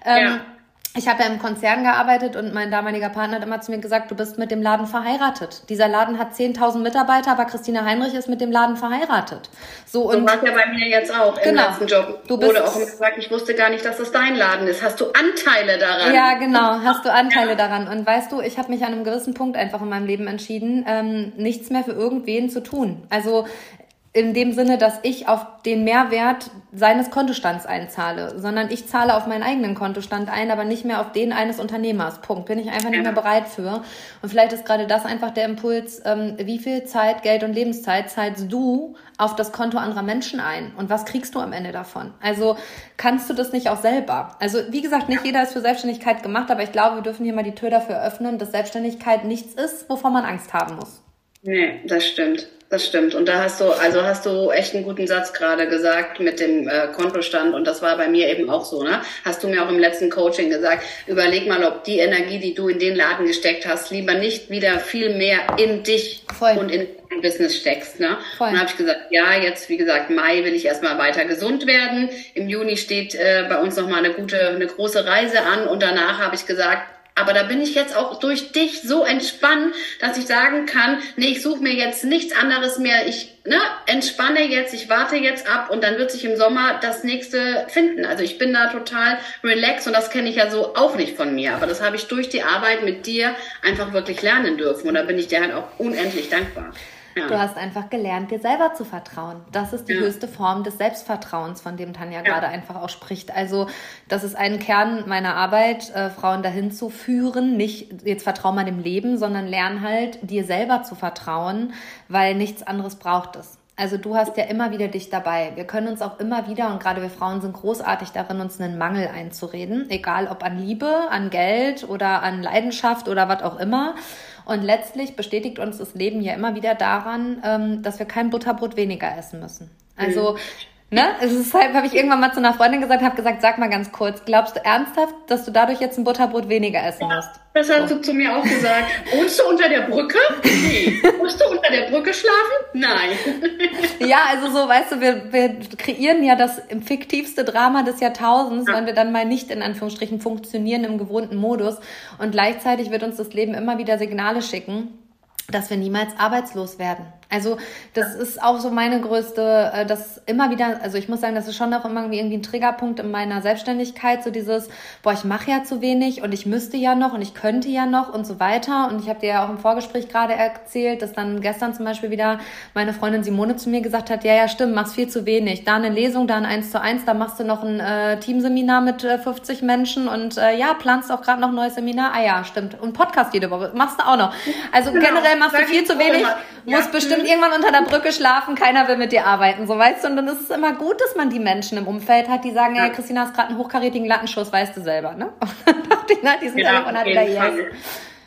A: Ich habe ja im Konzern gearbeitet und mein damaliger Partner hat immer zu mir gesagt, du bist mit dem Laden verheiratet. Dieser Laden hat 10.000 Mitarbeiter, aber Christina Heinrich ist mit dem Laden verheiratet. So
B: war's ja bei mir jetzt auch im letzten Job. Du wurde auch immer gesagt, ich wusste gar nicht, dass das dein Laden ist. Hast du Anteile daran?
A: Ja, genau, hast du Anteile daran. Und weißt du, ich habe mich an einem gewissen Punkt einfach in meinem Leben entschieden, nichts mehr für irgendwen zu tun. Also in dem Sinne, dass ich auf den Mehrwert seines Kontostands einzahle, sondern ich zahle auf meinen eigenen Kontostand ein, aber nicht mehr auf den eines Unternehmers. Punkt. Bin ich einfach nicht mehr bereit für. Und vielleicht ist gerade das einfach der Impuls, wie viel Zeit, Geld und Lebenszeit zahlst du auf das Konto anderer Menschen ein? Und was kriegst du am Ende davon? Also kannst du das nicht auch selber? Also wie gesagt, nicht jeder ist für Selbstständigkeit gemacht, aber ich glaube, wir dürfen hier mal die Tür dafür öffnen, dass Selbstständigkeit nichts ist, wovor man Angst haben muss.
B: Nee, das stimmt. Das stimmt. Und da hast du echt einen guten Satz gerade gesagt mit dem Kontostand. Und das war bei mir eben auch so, ne? Hast du mir auch im letzten Coaching gesagt, überleg mal, ob die Energie, die du in den Laden gesteckt hast, lieber nicht wieder viel mehr in dich und in dein Business steckst, ne? Und dann habe ich gesagt, ja, jetzt, wie gesagt, Mai will ich erstmal weiter gesund werden. Im Juni steht bei uns nochmal eine große Reise an. Und danach habe ich gesagt, aber da bin ich jetzt auch durch dich so entspannt, dass ich sagen kann, nee, ich suche mir jetzt nichts anderes mehr. Ich entspanne jetzt, ich warte jetzt ab und dann wird sich im Sommer das nächste finden. Also ich bin da total relaxed und das kenne ich ja so auch nicht von mir. Aber das habe ich durch die Arbeit mit dir einfach wirklich lernen dürfen. Und da bin ich dir halt auch unendlich dankbar. Ja.
A: Du hast einfach gelernt, dir selber zu vertrauen. Das ist die höchste Form des Selbstvertrauens, von dem Tanja gerade einfach auch spricht. Also das ist ein Kern meiner Arbeit, Frauen dahin zu führen. Nicht jetzt vertrau mal dem Leben, sondern lern halt, dir selber zu vertrauen, weil nichts anderes braucht es. Also du hast ja immer wieder dich dabei. Wir können uns auch immer wieder, und gerade wir Frauen sind großartig darin, uns einen Mangel einzureden. Egal ob an Liebe, an Geld oder an Leidenschaft oder was auch immer. Und letztlich bestätigt uns das Leben ja immer wieder daran, dass wir kein Butterbrot weniger essen müssen. Also, deshalb habe ich irgendwann mal zu einer Freundin gesagt, sag mal ganz kurz, glaubst du ernsthaft, dass du dadurch jetzt ein Butterbrot weniger essen musst?
B: Das hast du zu mir auch gesagt. Wohnst du unter der Brücke? Nee. Musst du unter der Brücke schlafen? Nein.
A: Ja, also so, weißt du, wir kreieren ja das fiktivste Drama des Jahrtausends, wenn wir dann mal nicht in Anführungsstrichen funktionieren im gewohnten Modus. Und gleichzeitig wird uns das Leben immer wieder Signale schicken, dass wir niemals arbeitslos werden. Also das ist auch so meine größte, das immer wieder, also ich muss sagen, das ist schon auch immer irgendwie ein Triggerpunkt in meiner Selbstständigkeit, so dieses, ich mache ja zu wenig und ich müsste ja noch und ich könnte ja noch und so weiter. Und ich habe dir ja auch im Vorgespräch gerade erzählt, dass dann gestern zum Beispiel wieder meine Freundin Simone zu mir gesagt hat, ja stimmt, machst viel zu wenig. Da eine Lesung, da ein 1:1, da machst du noch ein Teamseminar mit 50 Menschen und planst auch gerade noch ein neues Seminar. Ah ja, stimmt. Und Podcast jede Woche, machst du auch noch. Also generell machst du viel zu wenig, musst bestimmt irgendwann unter der Brücke schlafen, keiner will mit dir arbeiten, so weißt du. Und dann ist es immer gut, dass man die Menschen im Umfeld hat, die sagen, ja, Christina hast gerade einen hochkarätigen Lattenschuss, weißt du selber, ne? Und dann dachte ich, nach diesem Telefonat wieder yes.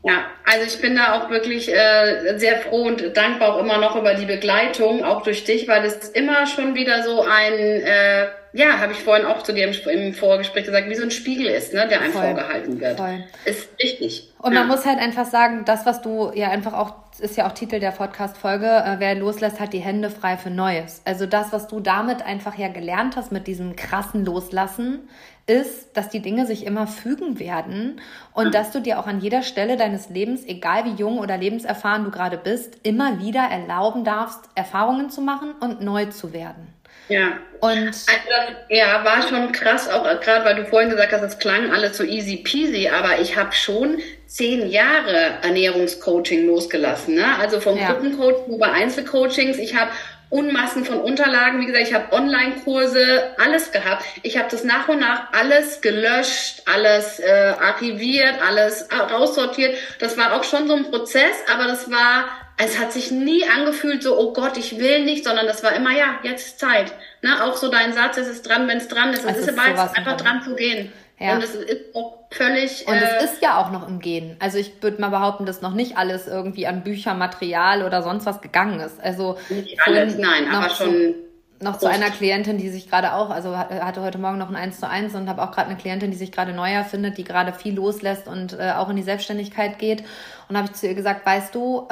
B: Ja, also ich bin da auch wirklich sehr froh und dankbar auch immer noch über die Begleitung, auch durch dich, weil es immer schon wieder so ein, habe ich vorhin auch zu dir im Vorgespräch gesagt, wie so ein Spiegel ist, ne, der einem vorgehalten wird.
A: Voll.
B: Ist richtig.
A: Und man muss halt einfach sagen, das, was du ja einfach auch, ist ja auch Titel der Podcast-Folge, wer loslässt, hat die Hände frei für Neues. Also das, was du damit einfach ja gelernt hast mit diesem krassen Loslassen, ist, dass die Dinge sich immer fügen werden und dass du dir auch an jeder Stelle deines Lebens, egal wie jung oder lebenserfahren du gerade bist, immer wieder erlauben darfst, Erfahrungen zu machen und neu zu werden.
B: Ja. Und also, war schon krass, auch gerade weil du vorhin gesagt hast, es klang alles so easy peasy, aber ich habe schon 10 Jahre Ernährungscoaching losgelassen, ne? Also vom Gruppencoaching über Einzelcoachings. Ich habe Unmassen von Unterlagen, wie gesagt, ich habe Online-Kurse, alles gehabt. Ich habe das nach und nach alles gelöscht, alles archiviert, alles raussortiert. Das war auch schon so ein Prozess, aber es hat sich nie angefühlt so, oh Gott, ich will nicht, sondern das war immer, jetzt ist Zeit. Ne? Auch so dein Satz, es ist dran, wenn es dran ist. Es ist einfach dran zu gehen. Ja. Und es ist auch völlig...
A: Und es ist ja auch noch im Gehen. Also ich würde mal behaupten, dass noch nicht alles irgendwie an Büchermaterial oder sonst was gegangen ist. Also
B: nicht alles, nein, aber schon...
A: Noch zu einer Klientin, die sich gerade auch, also hatte heute Morgen noch ein 1:1 und habe auch gerade eine Klientin, die sich gerade neu erfindet, die gerade viel loslässt und auch in die Selbstständigkeit geht. Und habe ich zu ihr gesagt, weißt du,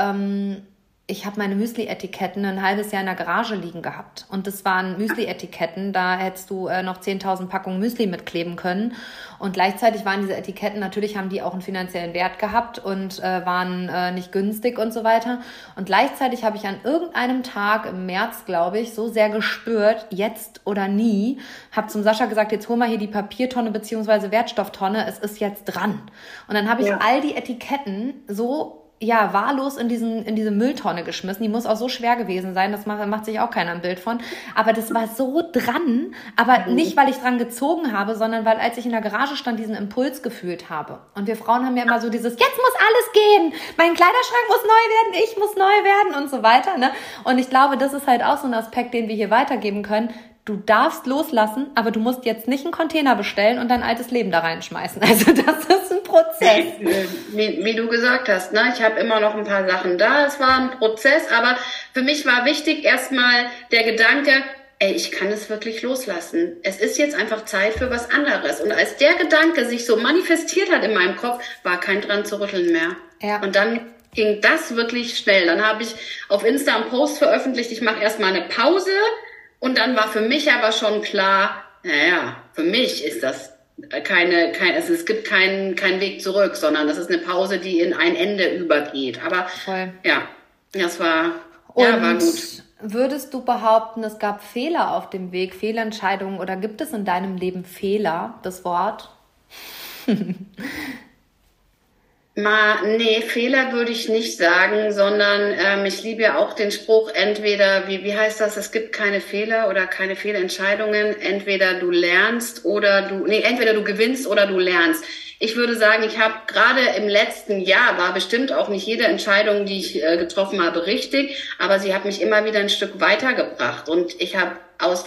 A: ich habe meine Müsli-Etiketten ein halbes Jahr in der Garage liegen gehabt. Und das waren Müsli-Etiketten, da hättest du noch 10.000 Packungen Müsli mitkleben können. Und gleichzeitig waren diese Etiketten, natürlich haben die auch einen finanziellen Wert gehabt und waren nicht günstig und so weiter. Und gleichzeitig habe ich an irgendeinem Tag im März, glaube ich, so sehr gespürt, jetzt oder nie, habe zum Sascha gesagt, jetzt hol mal hier die Papiertonne bzw. Wertstofftonne, es ist jetzt dran. Und dann habe ich all die Etiketten so wahllos in diese Mülltonne geschmissen. Die muss auch so schwer gewesen sein, das macht sich auch keiner ein Bild von. Aber das war so dran, aber nicht, weil ich dran gezogen habe, sondern weil, als ich in der Garage stand, diesen Impuls gefühlt habe. Und wir Frauen haben ja immer so dieses, jetzt muss alles gehen, mein Kleiderschrank muss neu werden, ich muss neu werden und so weiter, ne? Und ich glaube, das ist halt auch so ein Aspekt, den wir hier weitergeben können. Du darfst loslassen, aber du musst jetzt nicht einen Container bestellen und dein altes Leben da reinschmeißen. Also das ist ein Prozess.
B: Wie du gesagt hast, ne? Ich habe immer noch ein paar Sachen da. Es war ein Prozess, aber für mich war wichtig erstmal der Gedanke, ich kann es wirklich loslassen. Es ist jetzt einfach Zeit für was anderes. Und als der Gedanke sich so manifestiert hat in meinem Kopf, war kein dran zu rütteln mehr. Ja. Und dann ging das wirklich schnell. Dann habe ich auf Insta einen Post veröffentlicht, ich mache erstmal eine Pause. Und dann war für mich aber schon klar, für mich ist das es gibt keinen Weg zurück, sondern das ist eine Pause, die in ein Ende übergeht. Aber das war gut.
A: Würdest du behaupten, es gab Fehler auf dem Weg, Fehlentscheidungen, oder gibt es in deinem Leben Fehler, das Wort?
B: Nee, Fehler würde ich nicht sagen, sondern ich liebe ja auch den Spruch, entweder, wie heißt das, es gibt keine Fehler oder keine Fehlentscheidungen, entweder du gewinnst oder du lernst. Ich würde sagen, ich habe gerade im letzten Jahr, war bestimmt auch nicht jede Entscheidung, die ich getroffen habe, richtig, aber sie hat mich immer wieder ein Stück weitergebracht und ich habe aus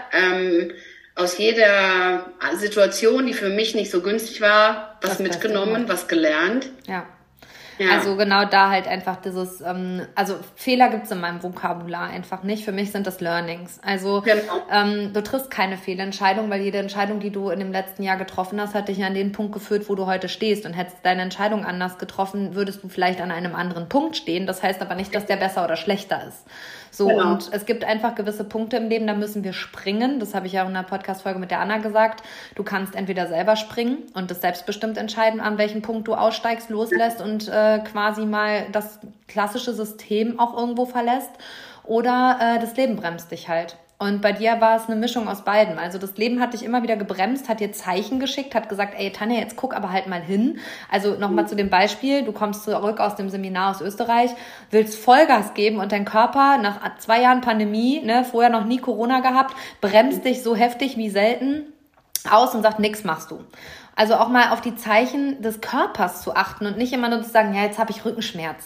B: jeder Situation, die für mich nicht so günstig war, was mitgenommen, was gelernt.
A: Ja. Also genau da halt einfach dieses, also Fehler gibt's in meinem Vokabular einfach nicht. Für mich sind das Learnings. Also du triffst keine Fehlentscheidung, weil jede Entscheidung, die du in dem letzten Jahr getroffen hast, hat dich an den Punkt geführt, wo du heute stehst. Und hättest deine Entscheidung anders getroffen, würdest du vielleicht an einem anderen Punkt stehen. Das heißt aber nicht, dass der besser oder schlechter ist. So, und es gibt einfach gewisse Punkte im Leben, da müssen wir springen. Das habe ich ja auch in einer Podcast-Folge mit der Anna gesagt. Du kannst entweder selber springen und das selbstbestimmt entscheiden, an welchem Punkt du aussteigst, loslässt und quasi mal das klassische System auch irgendwo verlässt. Oder das Leben bremst dich halt. Und bei dir war es eine Mischung aus beiden. Also das Leben hat dich immer wieder gebremst, hat dir Zeichen geschickt, hat gesagt, ey Tanja, jetzt guck aber halt mal hin. Also nochmal zu dem Beispiel, du kommst zurück aus dem Seminar aus Österreich, willst Vollgas geben und dein Körper nach 2 Jahren Pandemie, ne, vorher noch nie Corona gehabt, bremst dich so heftig wie selten aus und sagt, nix machst du. Also auch mal auf die Zeichen des Körpers zu achten und nicht immer nur zu sagen, ja, jetzt habe ich Rückenschmerzen.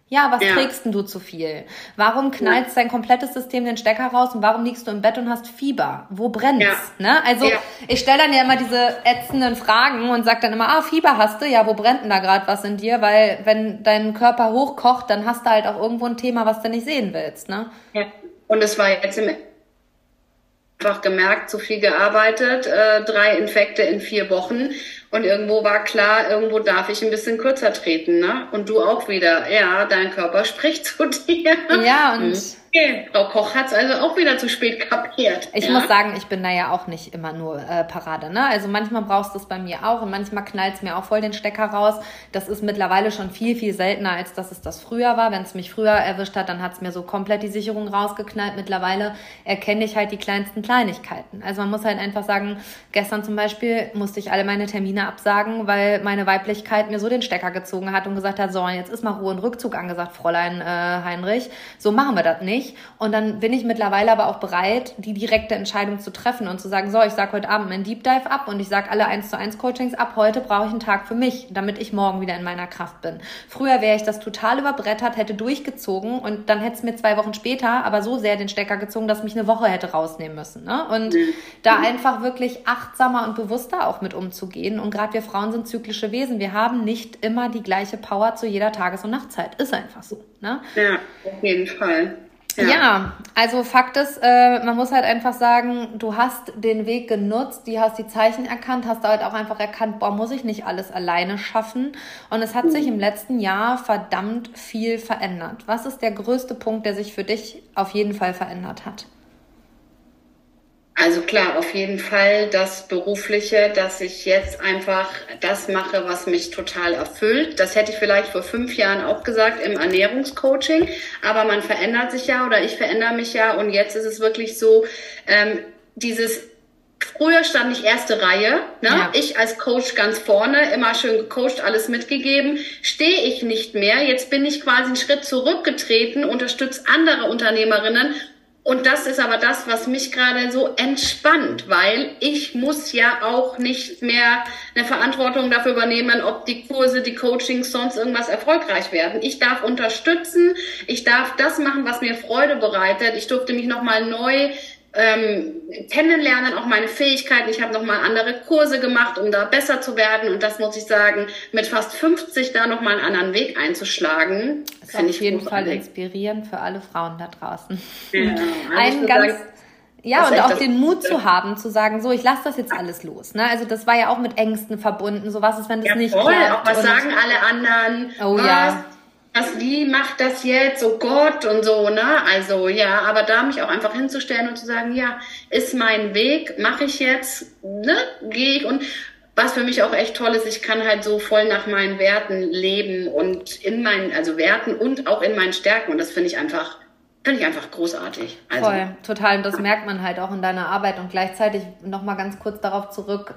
A: Ja, was trägst denn du zu viel? Warum knallst dein komplettes System den Stecker raus und warum liegst du im Bett und hast Fieber? Wo brennt's? Ne? Also ich stelle dann ja immer diese ätzenden Fragen und sag dann immer, Fieber hast du? Ja, wo brennt denn da gerade was in dir? Weil wenn dein Körper hochkocht, dann hast du halt auch irgendwo ein Thema, was du nicht sehen willst. Ne?
B: Ja. Und es war jetzt einfach gemerkt, zu viel gearbeitet, 3 Infekte in 4 Wochen. Und irgendwo war klar, irgendwo darf ich ein bisschen kürzer treten, ne? Und du auch wieder. Ja, dein Körper spricht zu dir.
A: Ja, und
B: okay. Frau Koch hat's also auch wieder zu spät kapiert.
A: Ich muss sagen, ich bin da ja auch nicht immer nur Parade, ne? Also manchmal brauchst du es bei mir auch und manchmal knallt's mir auch voll den Stecker raus. Das ist mittlerweile schon viel, viel seltener, als dass es das früher war. Wenn es mich früher erwischt hat, dann hat's mir so komplett die Sicherung rausgeknallt. Mittlerweile erkenne ich halt die kleinsten Kleinigkeiten. Also man muss halt einfach sagen, gestern zum Beispiel musste ich alle meine Termine absagen, weil meine Weiblichkeit mir so den Stecker gezogen hat und gesagt hat, so, jetzt ist mal Ruhe und Rückzug angesagt, Fräulein Heinrich. So machen wir das nicht. Und dann bin ich mittlerweile aber auch bereit, die direkte Entscheidung zu treffen und zu sagen, so, ich sag heute Abend mein Deep Dive ab und ich sag alle 1:1 Coachings ab. Heute brauche ich einen Tag für mich, damit ich morgen wieder in meiner Kraft bin. Früher wäre ich das total überbrettert, hätte durchgezogen und dann hätte es mir 2 Wochen später aber so sehr den Stecker gezogen, dass mich eine Woche hätte rausnehmen müssen. Ne? Und da einfach wirklich achtsamer und bewusster auch mit umzugehen. Und gerade wir Frauen sind zyklische Wesen. Wir haben nicht immer die gleiche Power zu jeder Tages- und Nachtzeit. Ist einfach so. Ne?
B: Ja, auf jeden Fall.
A: Ja, also Fakt ist, man muss halt einfach sagen, du hast den Weg genutzt, du hast die Zeichen erkannt, hast halt auch einfach erkannt, muss ich nicht alles alleine schaffen. Und es hat sich im letzten Jahr verdammt viel verändert. Was ist der größte Punkt, der sich für dich auf jeden Fall verändert hat?
B: Also klar, auf jeden Fall das Berufliche, dass ich jetzt einfach das mache, was mich total erfüllt. Das hätte ich vielleicht vor 5 Jahren auch gesagt im Ernährungscoaching, aber man verändert sich ja oder ich verändere mich ja und jetzt ist es wirklich so, früher stand ich erste Reihe, ne? Ja. Ich als Coach ganz vorne, immer schön gecoacht, alles mitgegeben, stehe ich nicht mehr. Jetzt bin ich quasi einen Schritt zurückgetreten, unterstütze andere Unternehmerinnen. Und das ist aber das, was mich gerade so entspannt, weil ich muss ja auch nicht mehr eine Verantwortung dafür übernehmen, ob die Kurse, die Coachings, sonst irgendwas erfolgreich werden. Ich darf unterstützen, ich darf das machen, was mir Freude bereitet. Ich durfte mich nochmal neu kennenlernen, auch meine Fähigkeiten. Ich habe nochmal andere Kurse gemacht, um da besser zu werden. Und das muss ich sagen, mit fast 50 da nochmal einen anderen Weg einzuschlagen.
A: Das ist auf jeden Fall inspirierend für alle Frauen da draußen.
B: Ja,
A: und auch den Mut zu haben, zu sagen, so, ich lasse das jetzt alles los. Ne? Also das war ja auch mit Ängsten verbunden. So, was ist, wenn das nicht klappt?
B: Auch was sagen alle anderen?
A: Oh ja.
B: Wie macht das jetzt? Oh Gott und so, ne? Also ja, aber da mich auch einfach hinzustellen und zu sagen, ja, ist mein Weg, mache ich jetzt, ne? Gehe ich. Und was für mich auch echt toll ist, ich kann halt so voll nach meinen Werten leben und in meinen, also Werten und auch in meinen Stärken. Und das finde ich einfach großartig. Also,
A: voll, total. Und das merkt man halt auch in deiner Arbeit. Und gleichzeitig nochmal ganz kurz darauf zurück,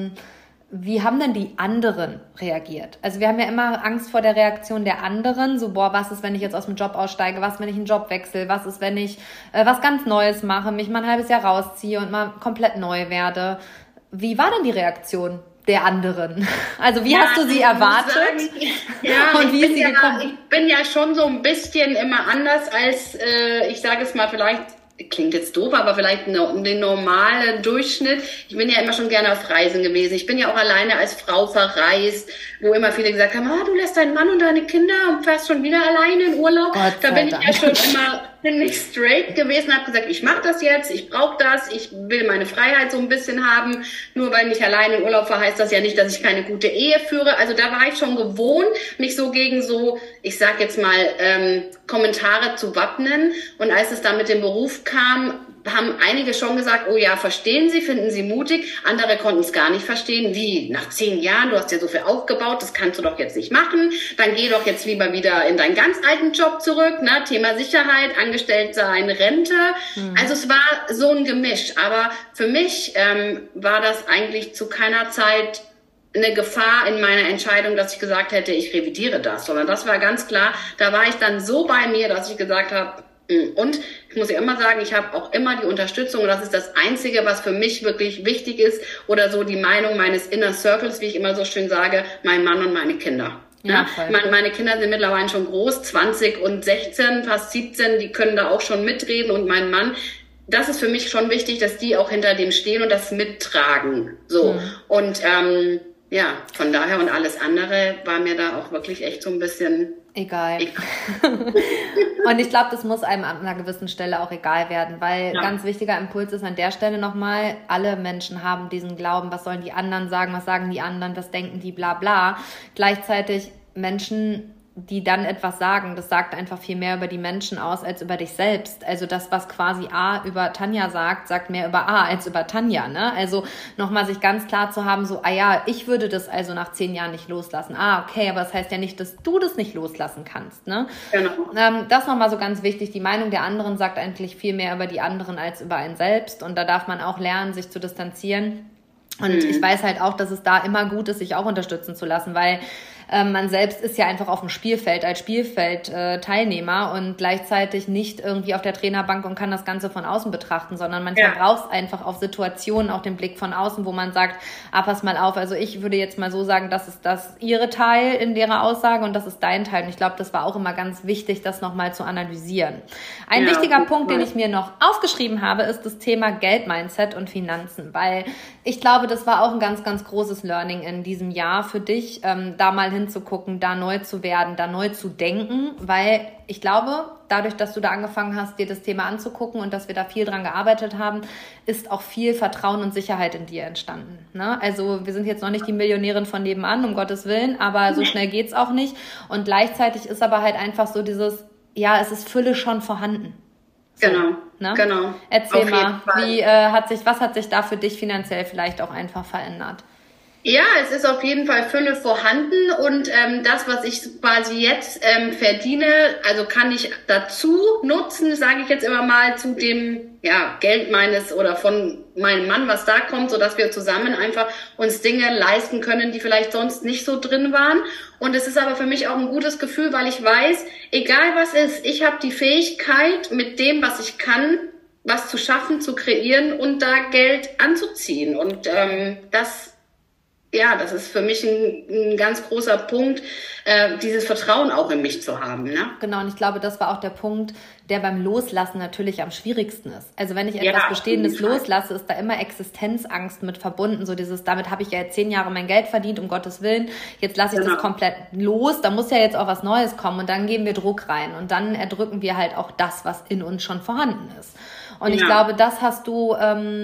A: wie haben denn die anderen reagiert? Also wir haben ja immer Angst vor der Reaktion der anderen. So, was ist, wenn ich jetzt aus dem Job aussteige? Was, wenn ich einen Job wechsle? Was ist, wenn ich was ganz Neues mache, mich mal ein halbes Jahr rausziehe und mal komplett neu werde? Wie war denn die Reaktion der anderen? Also wie hast du sie erwartet?
B: Und wie ist sie gekommen? Ich bin ja schon so ein bisschen immer anders als, ich sage es mal vielleicht, klingt jetzt doof, aber vielleicht den normalen Durchschnitt. Ich bin ja immer schon gerne auf Reisen gewesen. Ich bin ja auch alleine als Frau verreist, wo immer viele gesagt haben, du lässt deinen Mann und deine Kinder und fährst schon wieder alleine in Urlaub. Da bin ich ja schon immer ziemlich straight gewesen, habe gesagt, ich mache das jetzt, ich brauche das, ich will meine Freiheit so ein bisschen haben. Nur weil ich alleine in Urlaub fahre, heißt das ja nicht, dass ich keine gute Ehe führe. Also da war ich schon gewohnt, mich so gegen so, ich sag jetzt mal, Kommentare zu wappnen. Und als es dann mit dem Beruf kam, haben einige schon gesagt, oh ja, verstehen Sie, finden Sie mutig. Andere konnten es gar nicht verstehen. Wie, nach 10 Jahren, du hast ja so viel aufgebaut, das kannst du doch jetzt nicht machen. Dann geh doch jetzt lieber wieder in deinen ganz alten Job zurück. Ne? Thema Sicherheit, angestellt sein, Rente. Also es war so ein Gemisch. Aber für mich war das eigentlich zu keiner Zeit eine Gefahr in meiner Entscheidung, dass ich gesagt hätte, ich revidiere das. Sondern das war ganz klar, da war ich dann so bei mir, dass ich gesagt habe, und ich muss ja immer sagen, ich habe auch immer die Unterstützung und das ist das Einzige, was für mich wirklich wichtig ist oder so die Meinung meines Inner Circles, wie ich immer so schön sage, mein Mann und meine Kinder. Ja, meine Kinder sind mittlerweile schon groß, 20 und 16, fast 17, die können da auch schon mitreden und mein Mann. Das ist für mich schon wichtig, dass die auch hinter dem stehen und das mittragen. So. Und von daher und alles andere war mir da auch wirklich echt so ein bisschen
A: egal. Und ich glaube, das muss einem an einer gewissen Stelle auch egal werden, weil ganz wichtiger Impuls ist an der Stelle nochmal, alle Menschen haben diesen Glauben, was sollen die anderen sagen, was sagen die anderen, was denken die, bla bla. Gleichzeitig Menschen, die dann etwas sagen, das sagt einfach viel mehr über die Menschen aus als über dich selbst. Also das, was quasi A über Tanja sagt, sagt mehr über A als über Tanja, ne? Also nochmal sich ganz klar zu haben, so, ich würde das also nach 10 Jahren nicht loslassen. Okay, aber das heißt ja nicht, dass du das nicht loslassen kannst, ne?
B: Genau.
A: Das nochmal so ganz wichtig. Die Meinung der anderen sagt eigentlich viel mehr über die anderen als über einen selbst. Und da darf man auch lernen, sich zu distanzieren. Und ich weiß halt auch, dass es da immer gut ist, sich auch unterstützen zu lassen, weil man selbst ist ja einfach auf dem Spielfeld als Spielfeldteilnehmer und gleichzeitig nicht irgendwie auf der Trainerbank und kann das Ganze von außen betrachten, sondern manchmal braucht es einfach auf Situationen auch den Blick von außen, wo man sagt, pass mal auf, also ich würde jetzt mal so sagen, das ist das ihre Teil in ihrer Aussage und das ist dein Teil. Und ich glaube, das war auch immer ganz wichtig, das nochmal zu analysieren. Ein wichtiger Punkt, den ich mir noch aufgeschrieben habe, ist das Thema Geldmindset und Finanzen, weil ich glaube, das war auch ein ganz, ganz großes Learning in diesem Jahr für dich, da mal hinzugucken, da neu zu werden, da neu zu denken, weil ich glaube, dadurch, dass du da angefangen hast, dir das Thema anzugucken und dass wir da viel dran gearbeitet haben, ist auch viel Vertrauen und Sicherheit in dir entstanden. Ne? Also wir sind jetzt noch nicht die Millionärin von nebenan, um Gottes Willen, aber so schnell geht's auch nicht. Und gleichzeitig ist aber halt einfach so dieses, es ist Fülle schon vorhanden. So,
B: genau,
A: ne?
B: Genau.
A: Erzähl mal, was hat sich da für dich finanziell vielleicht auch einfach verändert?
B: Ja, es ist auf jeden Fall Fülle vorhanden und das, was ich quasi jetzt verdiene, also kann ich dazu nutzen, sage ich jetzt immer mal, zu dem Geld meines oder von meinem Mann, was da kommt, sodass wir zusammen einfach uns Dinge leisten können, die vielleicht sonst nicht so drin waren. Und es ist aber für mich auch ein gutes Gefühl, weil ich weiß, egal was ist, ich habe die Fähigkeit, mit dem, was ich kann, was zu schaffen, zu kreieren und da Geld anzuziehen. Und das ist für mich ein ganz großer Punkt, dieses Vertrauen auch in mich zu haben. Ne?
A: Genau, und ich glaube, das war auch der Punkt, der beim Loslassen natürlich am schwierigsten ist. Also wenn ich etwas Bestehendes loslasse, ist da immer Existenzangst mit verbunden. So damit habe ich ja jetzt 10 Jahre mein Geld verdient, um Gottes Willen. Jetzt lasse ich das komplett los. Da muss ja jetzt auch was Neues kommen und dann geben wir Druck rein. Und dann erdrücken wir halt auch das, was in uns schon vorhanden ist. Und ich glaube, das hast du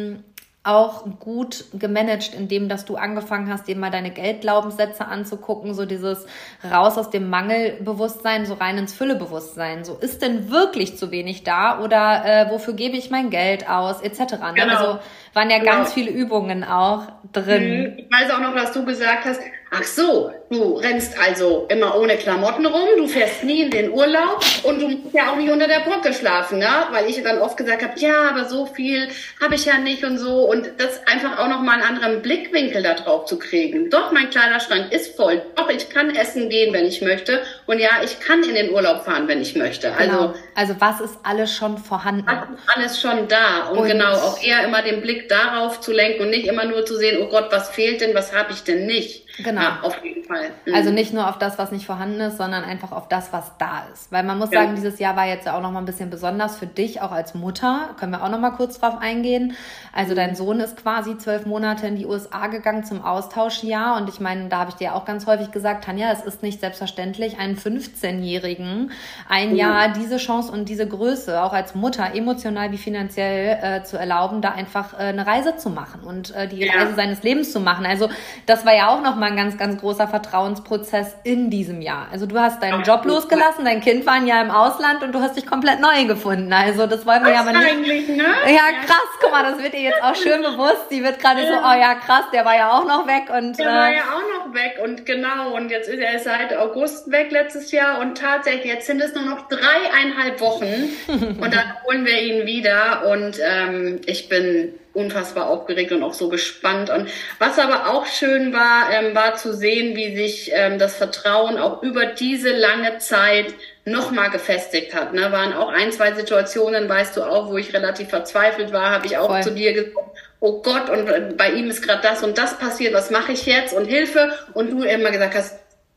A: auch gut gemanagt, indem dass du angefangen hast, dir mal deine Geldglaubenssätze anzugucken, so dieses raus aus dem Mangelbewusstsein, so rein ins Füllebewusstsein. So, ist denn wirklich zu wenig da oder wofür gebe ich mein Geld aus, etc. Ne?
B: Genau.
A: Also waren ja ganz viele Übungen auch drin.
B: Ich weiß auch noch, dass du gesagt hast, ach so, du rennst also immer ohne Klamotten rum, du fährst nie in den Urlaub und du musst ja auch nicht unter der Brücke schlafen, ne? Weil ich dann oft gesagt habe, aber so viel habe ich ja nicht und so. Und das einfach auch noch mal einen anderen Blickwinkel da drauf zu kriegen. Doch, mein Kleiderschrank ist voll. Doch, ich kann essen gehen, wenn ich möchte. Und ich kann in den Urlaub fahren, wenn ich möchte.
A: Genau. Also was ist alles schon vorhanden?
B: Was ist alles schon da? Und genau, auch eher immer den Blick darauf zu lenken und nicht immer nur zu sehen, oh Gott, was fehlt denn, was habe ich denn nicht?
A: Genau.
B: Ja, auf jeden Fall.
A: Also nicht nur auf das, was nicht vorhanden ist, sondern einfach auf das, was da ist. Weil man muss sagen, dieses Jahr war jetzt ja auch noch mal ein bisschen besonders für dich, auch als Mutter. Können wir auch noch mal kurz drauf eingehen. Also dein Sohn ist quasi 12 Monate in die USA gegangen zum Austauschjahr. Und ich meine, da habe ich dir auch ganz häufig gesagt, Tanja, es ist nicht selbstverständlich, einen 15-Jährigen ein Jahr diese Chance und diese Größe, auch als Mutter, emotional wie finanziell zu erlauben, da einfach eine Reise zu machen und die Reise seines Lebens zu machen. Also das war ja auch noch mal ein ganz, ganz großer Vertrauensprozess in diesem Jahr. Also du hast deinen Job losgelassen, dein Kind war ein Jahr im Ausland und du hast dich komplett neu gefunden. Also das wollen wir ja aber nicht.
B: Eigentlich, ne?
A: Ja, krass, guck mal, das wird ihr jetzt auch schön bewusst. Die wird gerade so, krass, der war ja auch noch weg. Und
B: der war ja auch noch weg und genau. Und jetzt ist er seit August weg letztes Jahr und tatsächlich, jetzt sind es nur noch 3,5 Wochen und dann holen wir ihn wieder und ich bin unfassbar aufgeregt und auch so gespannt. Und was aber auch schön war, war zu sehen, wie sich das Vertrauen auch über diese lange Zeit nochmal gefestigt hat. Ne? Waren auch 1, 2 Situationen, weißt du auch, wo ich relativ verzweifelt war, habe ich auch zu dir gesagt, oh Gott, und bei ihm ist gerade das und das passiert, was mache ich jetzt und Hilfe? Und du immer gesagt hast,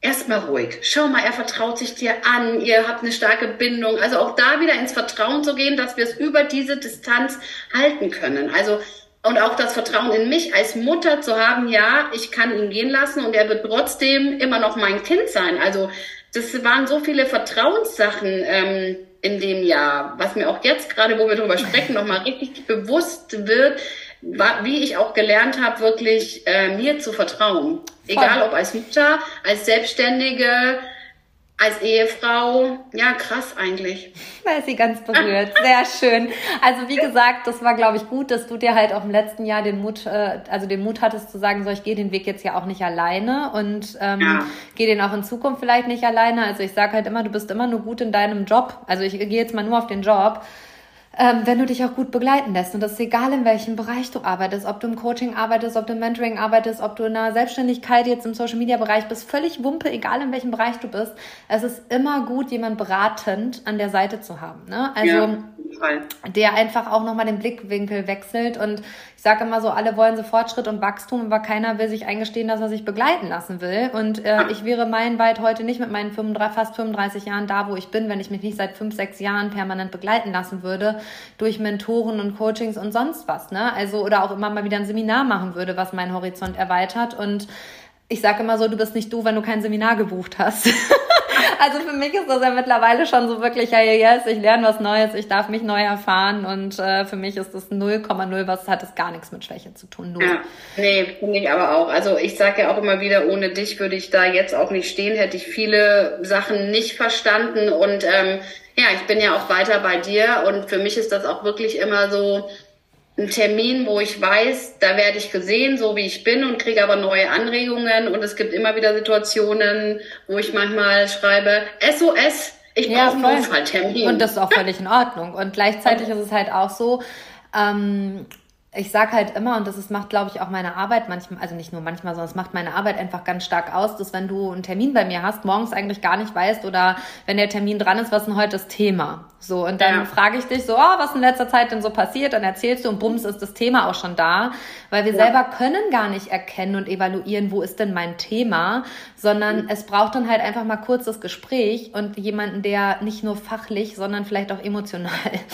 B: erstmal ruhig. Schau mal, er vertraut sich dir an, ihr habt eine starke Bindung. Also auch da wieder ins Vertrauen zu gehen, dass wir es über diese Distanz halten können. Also und auch das Vertrauen in mich als Mutter zu haben, ja, ich kann ihn gehen lassen und er wird trotzdem immer noch mein Kind sein. Also das waren so viele Vertrauenssachen in dem Jahr, was mir auch jetzt gerade, wo wir drüber sprechen, nochmal richtig bewusst wird, wie ich auch gelernt habe, wirklich mir zu vertrauen. Egal ob als Mutter, als Selbstständige, als Ehefrau. Ja, krass eigentlich.
A: Da ist sie ganz berührt. Sehr schön. Also wie gesagt, das war, glaube ich, gut, dass du dir halt auch im letzten Jahr den Mut hattest zu sagen, so, ich gehe den Weg jetzt ja auch nicht alleine und gehe den auch in Zukunft vielleicht nicht alleine. Also ich sage halt immer, du bist immer nur gut in deinem Job. Also ich gehe jetzt mal nur auf den Job. Wenn du dich auch gut begleiten lässt. Und das ist egal, in welchem Bereich du arbeitest, ob du im Coaching arbeitest, ob du im Mentoring arbeitest, ob du in einer Selbstständigkeit jetzt im Social-Media-Bereich bist, völlig Wumpe, egal in welchem Bereich du bist. Es ist immer gut, jemand beratend an der Seite zu haben. Ne? Also der einfach auch nochmal den Blickwinkel wechselt. Und ich sage immer so, alle wollen so Fortschritt und Wachstum, aber keiner will sich eingestehen, dass er sich begleiten lassen will. Und ich wäre meilenweit heute nicht mit meinen fast 35 Jahren da, wo ich bin, wenn ich mich nicht seit 5, 6 Jahren permanent begleiten lassen würde durch Mentoren und Coachings und sonst was, ne? Also, oder auch immer mal wieder ein Seminar machen würde, was meinen Horizont erweitert. Und ich sage immer so, du bist nicht du, wenn du kein Seminar gebucht hast. Also für mich ist das ja mittlerweile schon so wirklich, yes, ich lerne was Neues, ich darf mich neu erfahren und für mich ist das 0,0, was hat es gar nichts mit Schwäche zu tun. 0.
B: Ja, nee, finde ich aber auch. Also ich sage ja auch immer wieder, ohne dich würde ich da jetzt auch nicht stehen, hätte ich viele Sachen nicht verstanden und ich bin ja auch weiter bei dir und für mich ist das auch wirklich immer so ein Termin, wo ich weiß, da werde ich gesehen, so wie ich bin und kriege aber neue Anregungen und es gibt immer wieder Situationen, wo ich manchmal schreibe, SOS, ich brauche einen Notfalltermin.
A: Und das ist auch völlig in Ordnung und gleichzeitig ist es halt auch so, ich sag halt immer, und das macht, glaube ich, auch meine Arbeit manchmal, also nicht nur manchmal, sondern es macht meine Arbeit einfach ganz stark aus, dass wenn du einen Termin bei mir hast, morgens eigentlich gar nicht weißt oder wenn der Termin dran ist, was ist denn heute das Thema? So, und dann frage ich dich so, was in letzter Zeit denn so passiert? Dann erzählst du und bums ist das Thema auch schon da, weil wir selber können gar nicht erkennen und evaluieren, wo ist denn mein Thema, sondern es braucht dann halt einfach mal kurz das Gespräch und jemanden, der nicht nur fachlich, sondern vielleicht auch emotional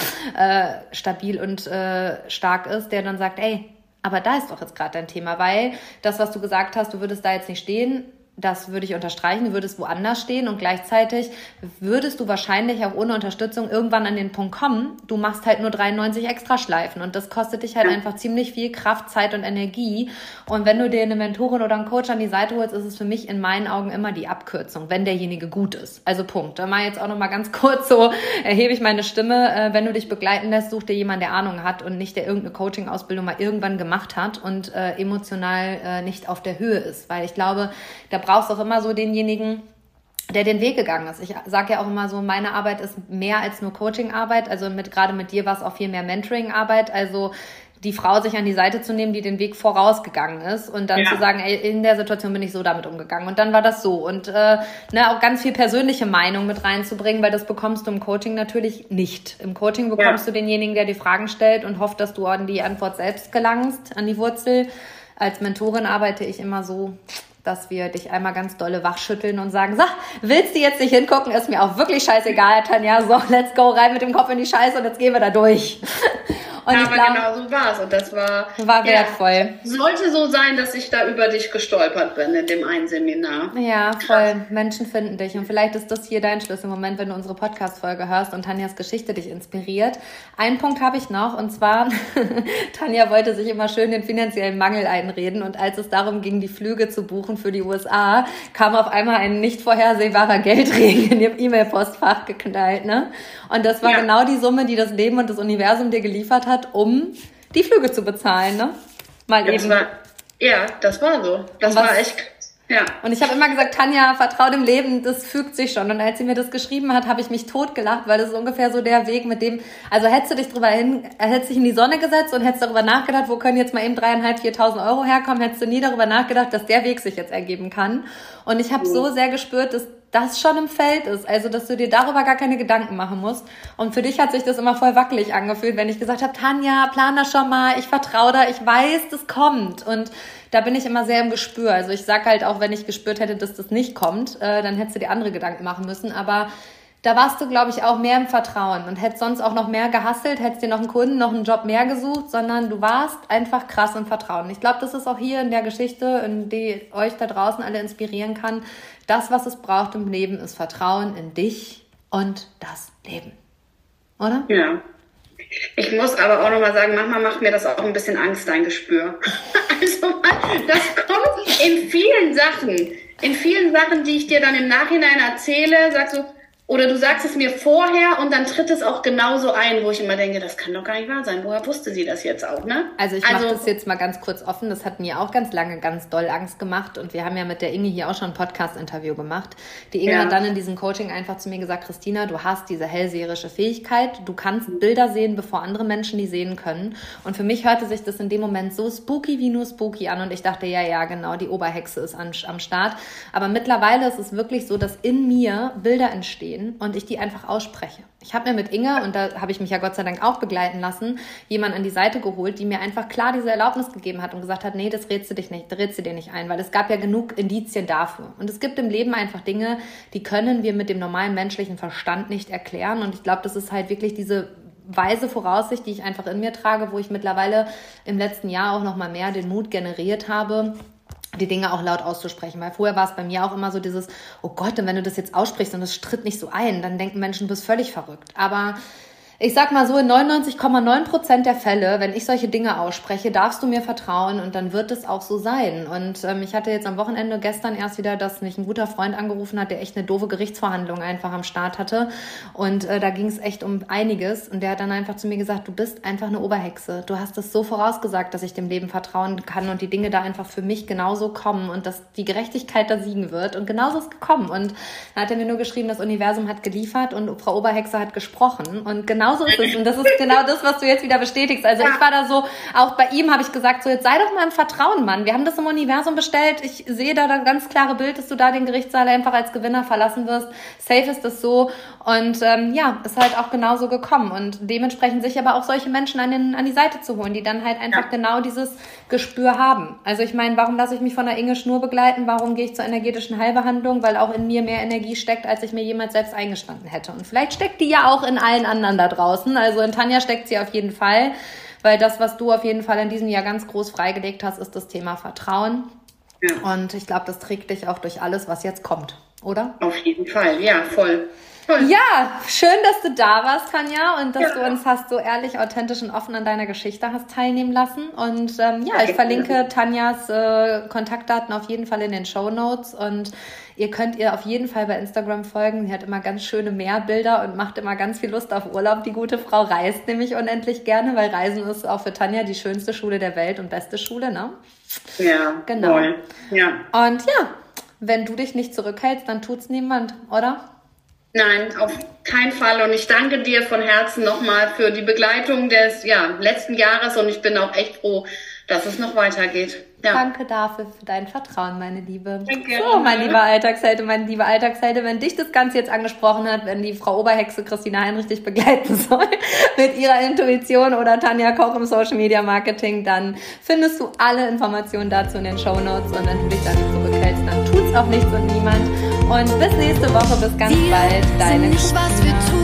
A: stabil und stark ist, der dann sagt, ey, aber da ist doch jetzt gerade dein Thema, weil das, was du gesagt hast, du würdest da jetzt nicht stehen, das würde ich unterstreichen, du würdest woanders stehen und gleichzeitig würdest du wahrscheinlich auch ohne Unterstützung irgendwann an den Punkt kommen, du machst halt nur 93 Extraschleifen und das kostet dich halt einfach ziemlich viel Kraft, Zeit und Energie und wenn du dir eine Mentorin oder einen Coach an die Seite holst, ist es für mich in meinen Augen immer die Abkürzung, wenn derjenige gut ist. Also Punkt. Da mal jetzt auch nochmal ganz kurz so, erhebe ich meine Stimme, wenn du dich begleiten lässt, such dir jemanden, der Ahnung hat und nicht der irgendeine Coaching-Ausbildung mal irgendwann gemacht hat und emotional nicht auf der Höhe ist, weil ich glaube, da brauchst auch immer so denjenigen, der den Weg gegangen ist. Ich sage ja auch immer so, meine Arbeit ist mehr als nur Coaching-Arbeit. Also gerade mit dir war es auch viel mehr Mentoring-Arbeit. Also die Frau sich an die Seite zu nehmen, die den Weg vorausgegangen ist und dann zu sagen, ey, in der Situation bin ich so damit umgegangen und dann war das so und auch ganz viel persönliche Meinung mit reinzubringen, weil das bekommst du im Coaching natürlich nicht. Im Coaching bekommst du denjenigen, der die Fragen stellt und hofft, dass du an die Antwort selbst gelangst, an die Wurzel. Als Mentorin arbeite ich immer so, dass wir dich einmal ganz dolle wachschütteln und sagen, so, willst du jetzt nicht hingucken, ist mir auch wirklich scheißegal, Tanja, so, let's go, rein mit dem Kopf in die Scheiße und jetzt gehen wir da durch. Und
B: aber genau so war es und das war
A: wertvoll.
B: Sollte so sein, dass ich da über dich gestolpert bin in dem einen Seminar.
A: Ja, voll. Menschen finden dich und vielleicht ist das hier dein Schlüsselmoment, wenn du unsere Podcast-Folge hörst und Tanjas Geschichte dich inspiriert. Einen Punkt habe ich noch und zwar, Tanja wollte sich immer schön den finanziellen Mangel einreden und als es darum ging, die Flüge zu buchen für die USA, kam auf einmal ein nicht vorhersehbarer Geldregen in ihr E-Mail-Postfach geknallt, ne? Und das war genau die Summe, die das Leben und das Universum dir geliefert hat, um die Flüge zu bezahlen, ne?
B: Das war so. Das war echt, ja.
A: Und ich habe immer gesagt, Tanja, vertrau dem Leben, das fügt sich schon. Und als sie mir das geschrieben hat, habe ich mich totgelacht, weil das ist ungefähr so der Weg, mit dem, also hättest du dich in die Sonne gesetzt und hättest darüber nachgedacht, wo können jetzt mal eben 3.500, 4.000 Euro herkommen, hättest du nie darüber nachgedacht, dass der Weg sich jetzt ergeben kann. Und ich habe so sehr gespürt, dass das schon im Feld ist. Also, dass du dir darüber gar keine Gedanken machen musst. Und für dich hat sich das immer voll wackelig angefühlt, wenn ich gesagt habe, Tanja, plan das schon mal, ich vertraue da, ich weiß, das kommt. Und da bin ich immer sehr im Gespür. Also ich sag halt auch, wenn ich gespürt hätte, dass das nicht kommt, dann hättest du dir andere Gedanken machen müssen. Aber da warst du, glaube ich, auch mehr im Vertrauen und hättest sonst auch noch mehr gehustelt, hättest dir noch einen Kunden, noch einen Job mehr gesucht, sondern du warst einfach krass im Vertrauen. Ich glaube, das ist auch hier in der Geschichte, in die euch da draußen alle inspirieren kann. Das, was es braucht im Leben, ist Vertrauen in dich und das Leben. Oder?
B: Ja. Ich muss aber auch nochmal sagen, manchmal macht mir das auch ein bisschen Angst, dein Gespür. Also das kommt in vielen Sachen, die ich dir dann im Nachhinein erzähle, sagst du, oder du sagst es mir vorher und dann tritt es auch genauso ein, wo ich immer denke, das kann doch gar nicht wahr sein. Woher wusste sie das jetzt auch, ne?
A: Also ich mache das jetzt mal ganz kurz offen. Das hat mir auch ganz lange ganz doll Angst gemacht. Und wir haben ja mit der Inge hier auch schon ein Podcast-Interview gemacht. Die Inge hat dann in diesem Coaching einfach zu mir gesagt, Christina, du hast diese hellseherische Fähigkeit. Du kannst Bilder sehen, bevor andere Menschen die sehen können. Und für mich hörte sich das in dem Moment so spooky wie nur spooky an. Und ich dachte, ja, genau, die Oberhexe ist am Start. Aber mittlerweile ist es wirklich so, dass in mir Bilder entstehen und ich die einfach ausspreche. Ich habe mir mit Inge, und da habe ich mich ja Gott sei Dank auch begleiten lassen, jemand an die Seite geholt, die mir einfach klar diese Erlaubnis gegeben hat und gesagt hat, nee, das rätst du dir nicht ein, weil es gab ja genug Indizien dafür. Und es gibt im Leben einfach Dinge, die können wir mit dem normalen menschlichen Verstand nicht erklären. Und ich glaube, das ist halt wirklich diese weise Voraussicht, die ich einfach in mir trage, wo ich mittlerweile im letzten Jahr auch noch mal mehr den Mut generiert habe, die Dinge auch laut auszusprechen, weil vorher war es bei mir auch immer so dieses, oh Gott, und wenn du das jetzt aussprichst und es tritt nicht so ein, dann denken Menschen, du bist völlig verrückt. Aber ich sag mal so, in 99,9% der Fälle, wenn ich solche Dinge ausspreche, darfst du mir vertrauen und dann wird es auch so sein. Und ich hatte jetzt am Wochenende gestern erst wieder, dass mich ein guter Freund angerufen hat, der echt eine doofe Gerichtsverhandlung einfach am Start hatte. Und da ging es echt um einiges. Und der hat dann einfach zu mir gesagt, du bist einfach eine Oberhexe. Du hast es so vorausgesagt, dass ich dem Leben vertrauen kann und die Dinge da einfach für mich genauso kommen und dass die Gerechtigkeit da siegen wird. Und genauso ist es gekommen. Und dann hat er mir nur geschrieben, das Universum hat geliefert und Frau Oberhexe hat gesprochen. Und genauso ist es. Und das ist genau das, was du jetzt wieder bestätigst. Also ich war da so, auch bei ihm habe ich gesagt, so jetzt sei doch mal im Vertrauen, Mann. Wir haben das im Universum bestellt. Ich sehe da ein ganz klare Bild, dass du da den Gerichtssaal einfach als Gewinner verlassen wirst. Safe ist das so. Und ist halt auch genauso gekommen. Und dementsprechend sich aber auch solche Menschen an die Seite zu holen, die dann halt einfach genau dieses Gespür haben. Also ich meine, warum lasse ich mich von der Inge Schnur begleiten? Warum gehe ich zur energetischen Heilbehandlung? Weil auch in mir mehr Energie steckt, als ich mir jemals selbst eingestanden hätte. Und vielleicht steckt die ja auch in allen anderen da draußen. Also in Tanja steckt sie auf jeden Fall, weil das, was du auf jeden Fall in diesem Jahr ganz groß freigelegt hast, ist das Thema Vertrauen. Ja. Und ich glaube, das trägt dich auch durch alles, was jetzt kommt, oder?
B: Auf jeden Fall, ja, voll.
A: Ja, schön, dass du da warst, Tanja, und dass du uns so ehrlich, authentisch und offen an deiner Geschichte hast teilnehmen lassen. Und ich verlinke Tanjas Kontaktdaten auf jeden Fall in den Shownotes und ihr könnt ihr auf jeden Fall bei Instagram folgen. Sie hat immer ganz schöne Meerbilder und macht immer ganz viel Lust auf Urlaub. Die gute Frau reist nämlich unendlich gerne, weil Reisen ist auch für Tanja die schönste Schule der Welt und beste Schule, ne?
B: Ja,
A: genau.
B: Voll. Ja.
A: Und wenn du dich nicht zurückhältst, dann tut's niemand, oder?
B: Nein, auf keinen Fall. Und ich danke dir von Herzen nochmal für die Begleitung des letzten Jahres und ich bin auch echt froh, dass es noch weitergeht. Ja.
A: Danke dafür, für dein Vertrauen, meine Liebe.
B: Danke.
A: So, mein lieber Alltagsheld und meine liebe Alltagshelde, wenn dich das Ganze jetzt angesprochen hat, wenn die Frau Oberhexe Christina Heinrich dich begleiten soll mit ihrer Intuition oder Tanja Koch im Social Media Marketing, dann findest du alle Informationen dazu in den Shownotes und wenn du dich da nicht zurückhältst, dann tut's auch nichts und niemand. Und bis nächste Woche, bis ganz bald, deine Christina.